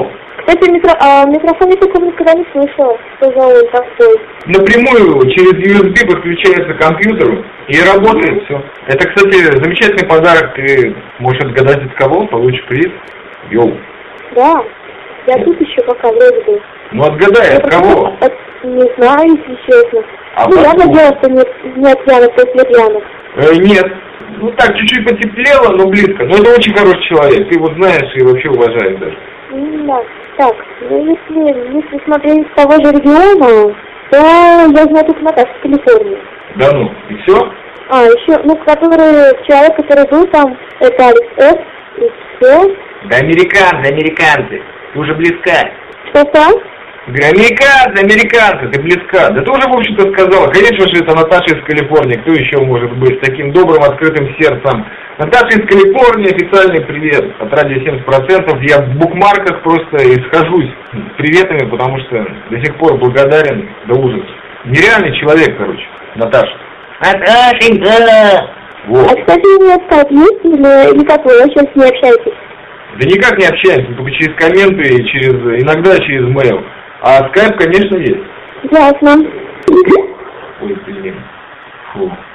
Кстати, микро... а, микрофон я такого никогда не слышала, что за он такой. Напрямую через ю эс би подключается к компьютеру и работает все. Это, кстати, замечательный подарок. Ты можешь отгадать от кого, получишь приз. Йоу. Да, я тут еще пока вроде бы. Ну отгадай, от кого? От... Не знаю, если честно. А ну, я потом? надеялась, что нет, нет Янок после Янок. Э, нет. Ну так, чуть-чуть потеплело, но близко. Но это очень хороший человек. Ты его знаешь и вообще уважаешь даже. Ну, да. Так, ну если, если смотреть с того же региона, то я знаю только Наташу в Калифорнии. Да ну, и все? А, еще, ну, который, человек, который был там, это Алекс С. И все. Да американцы, американцы. Ты уже близка. Что там? Говорю, американцы, американцы, ты близка. Да ты уже, в общем-то, сказала. Конечно же, это Наташа из Калифорнии. Кто еще может быть с таким добрым, открытым сердцем? Наташа из Калифорнии, официальный привет от радио семьдесят процентов. Я в букмарках просто исхожусь с приветами, потому что до сих пор благодарен до ужаса. Нереальный человек, короче, Наташа. Наташенька! А, Вот. кстати, у меня скайп есть или, или как вы сейчас не общаетесь? Да никак не общаемся, только через комменты и через, иногда через mail. А скайп, конечно, есть. Ясно. Ой, блин. Фу.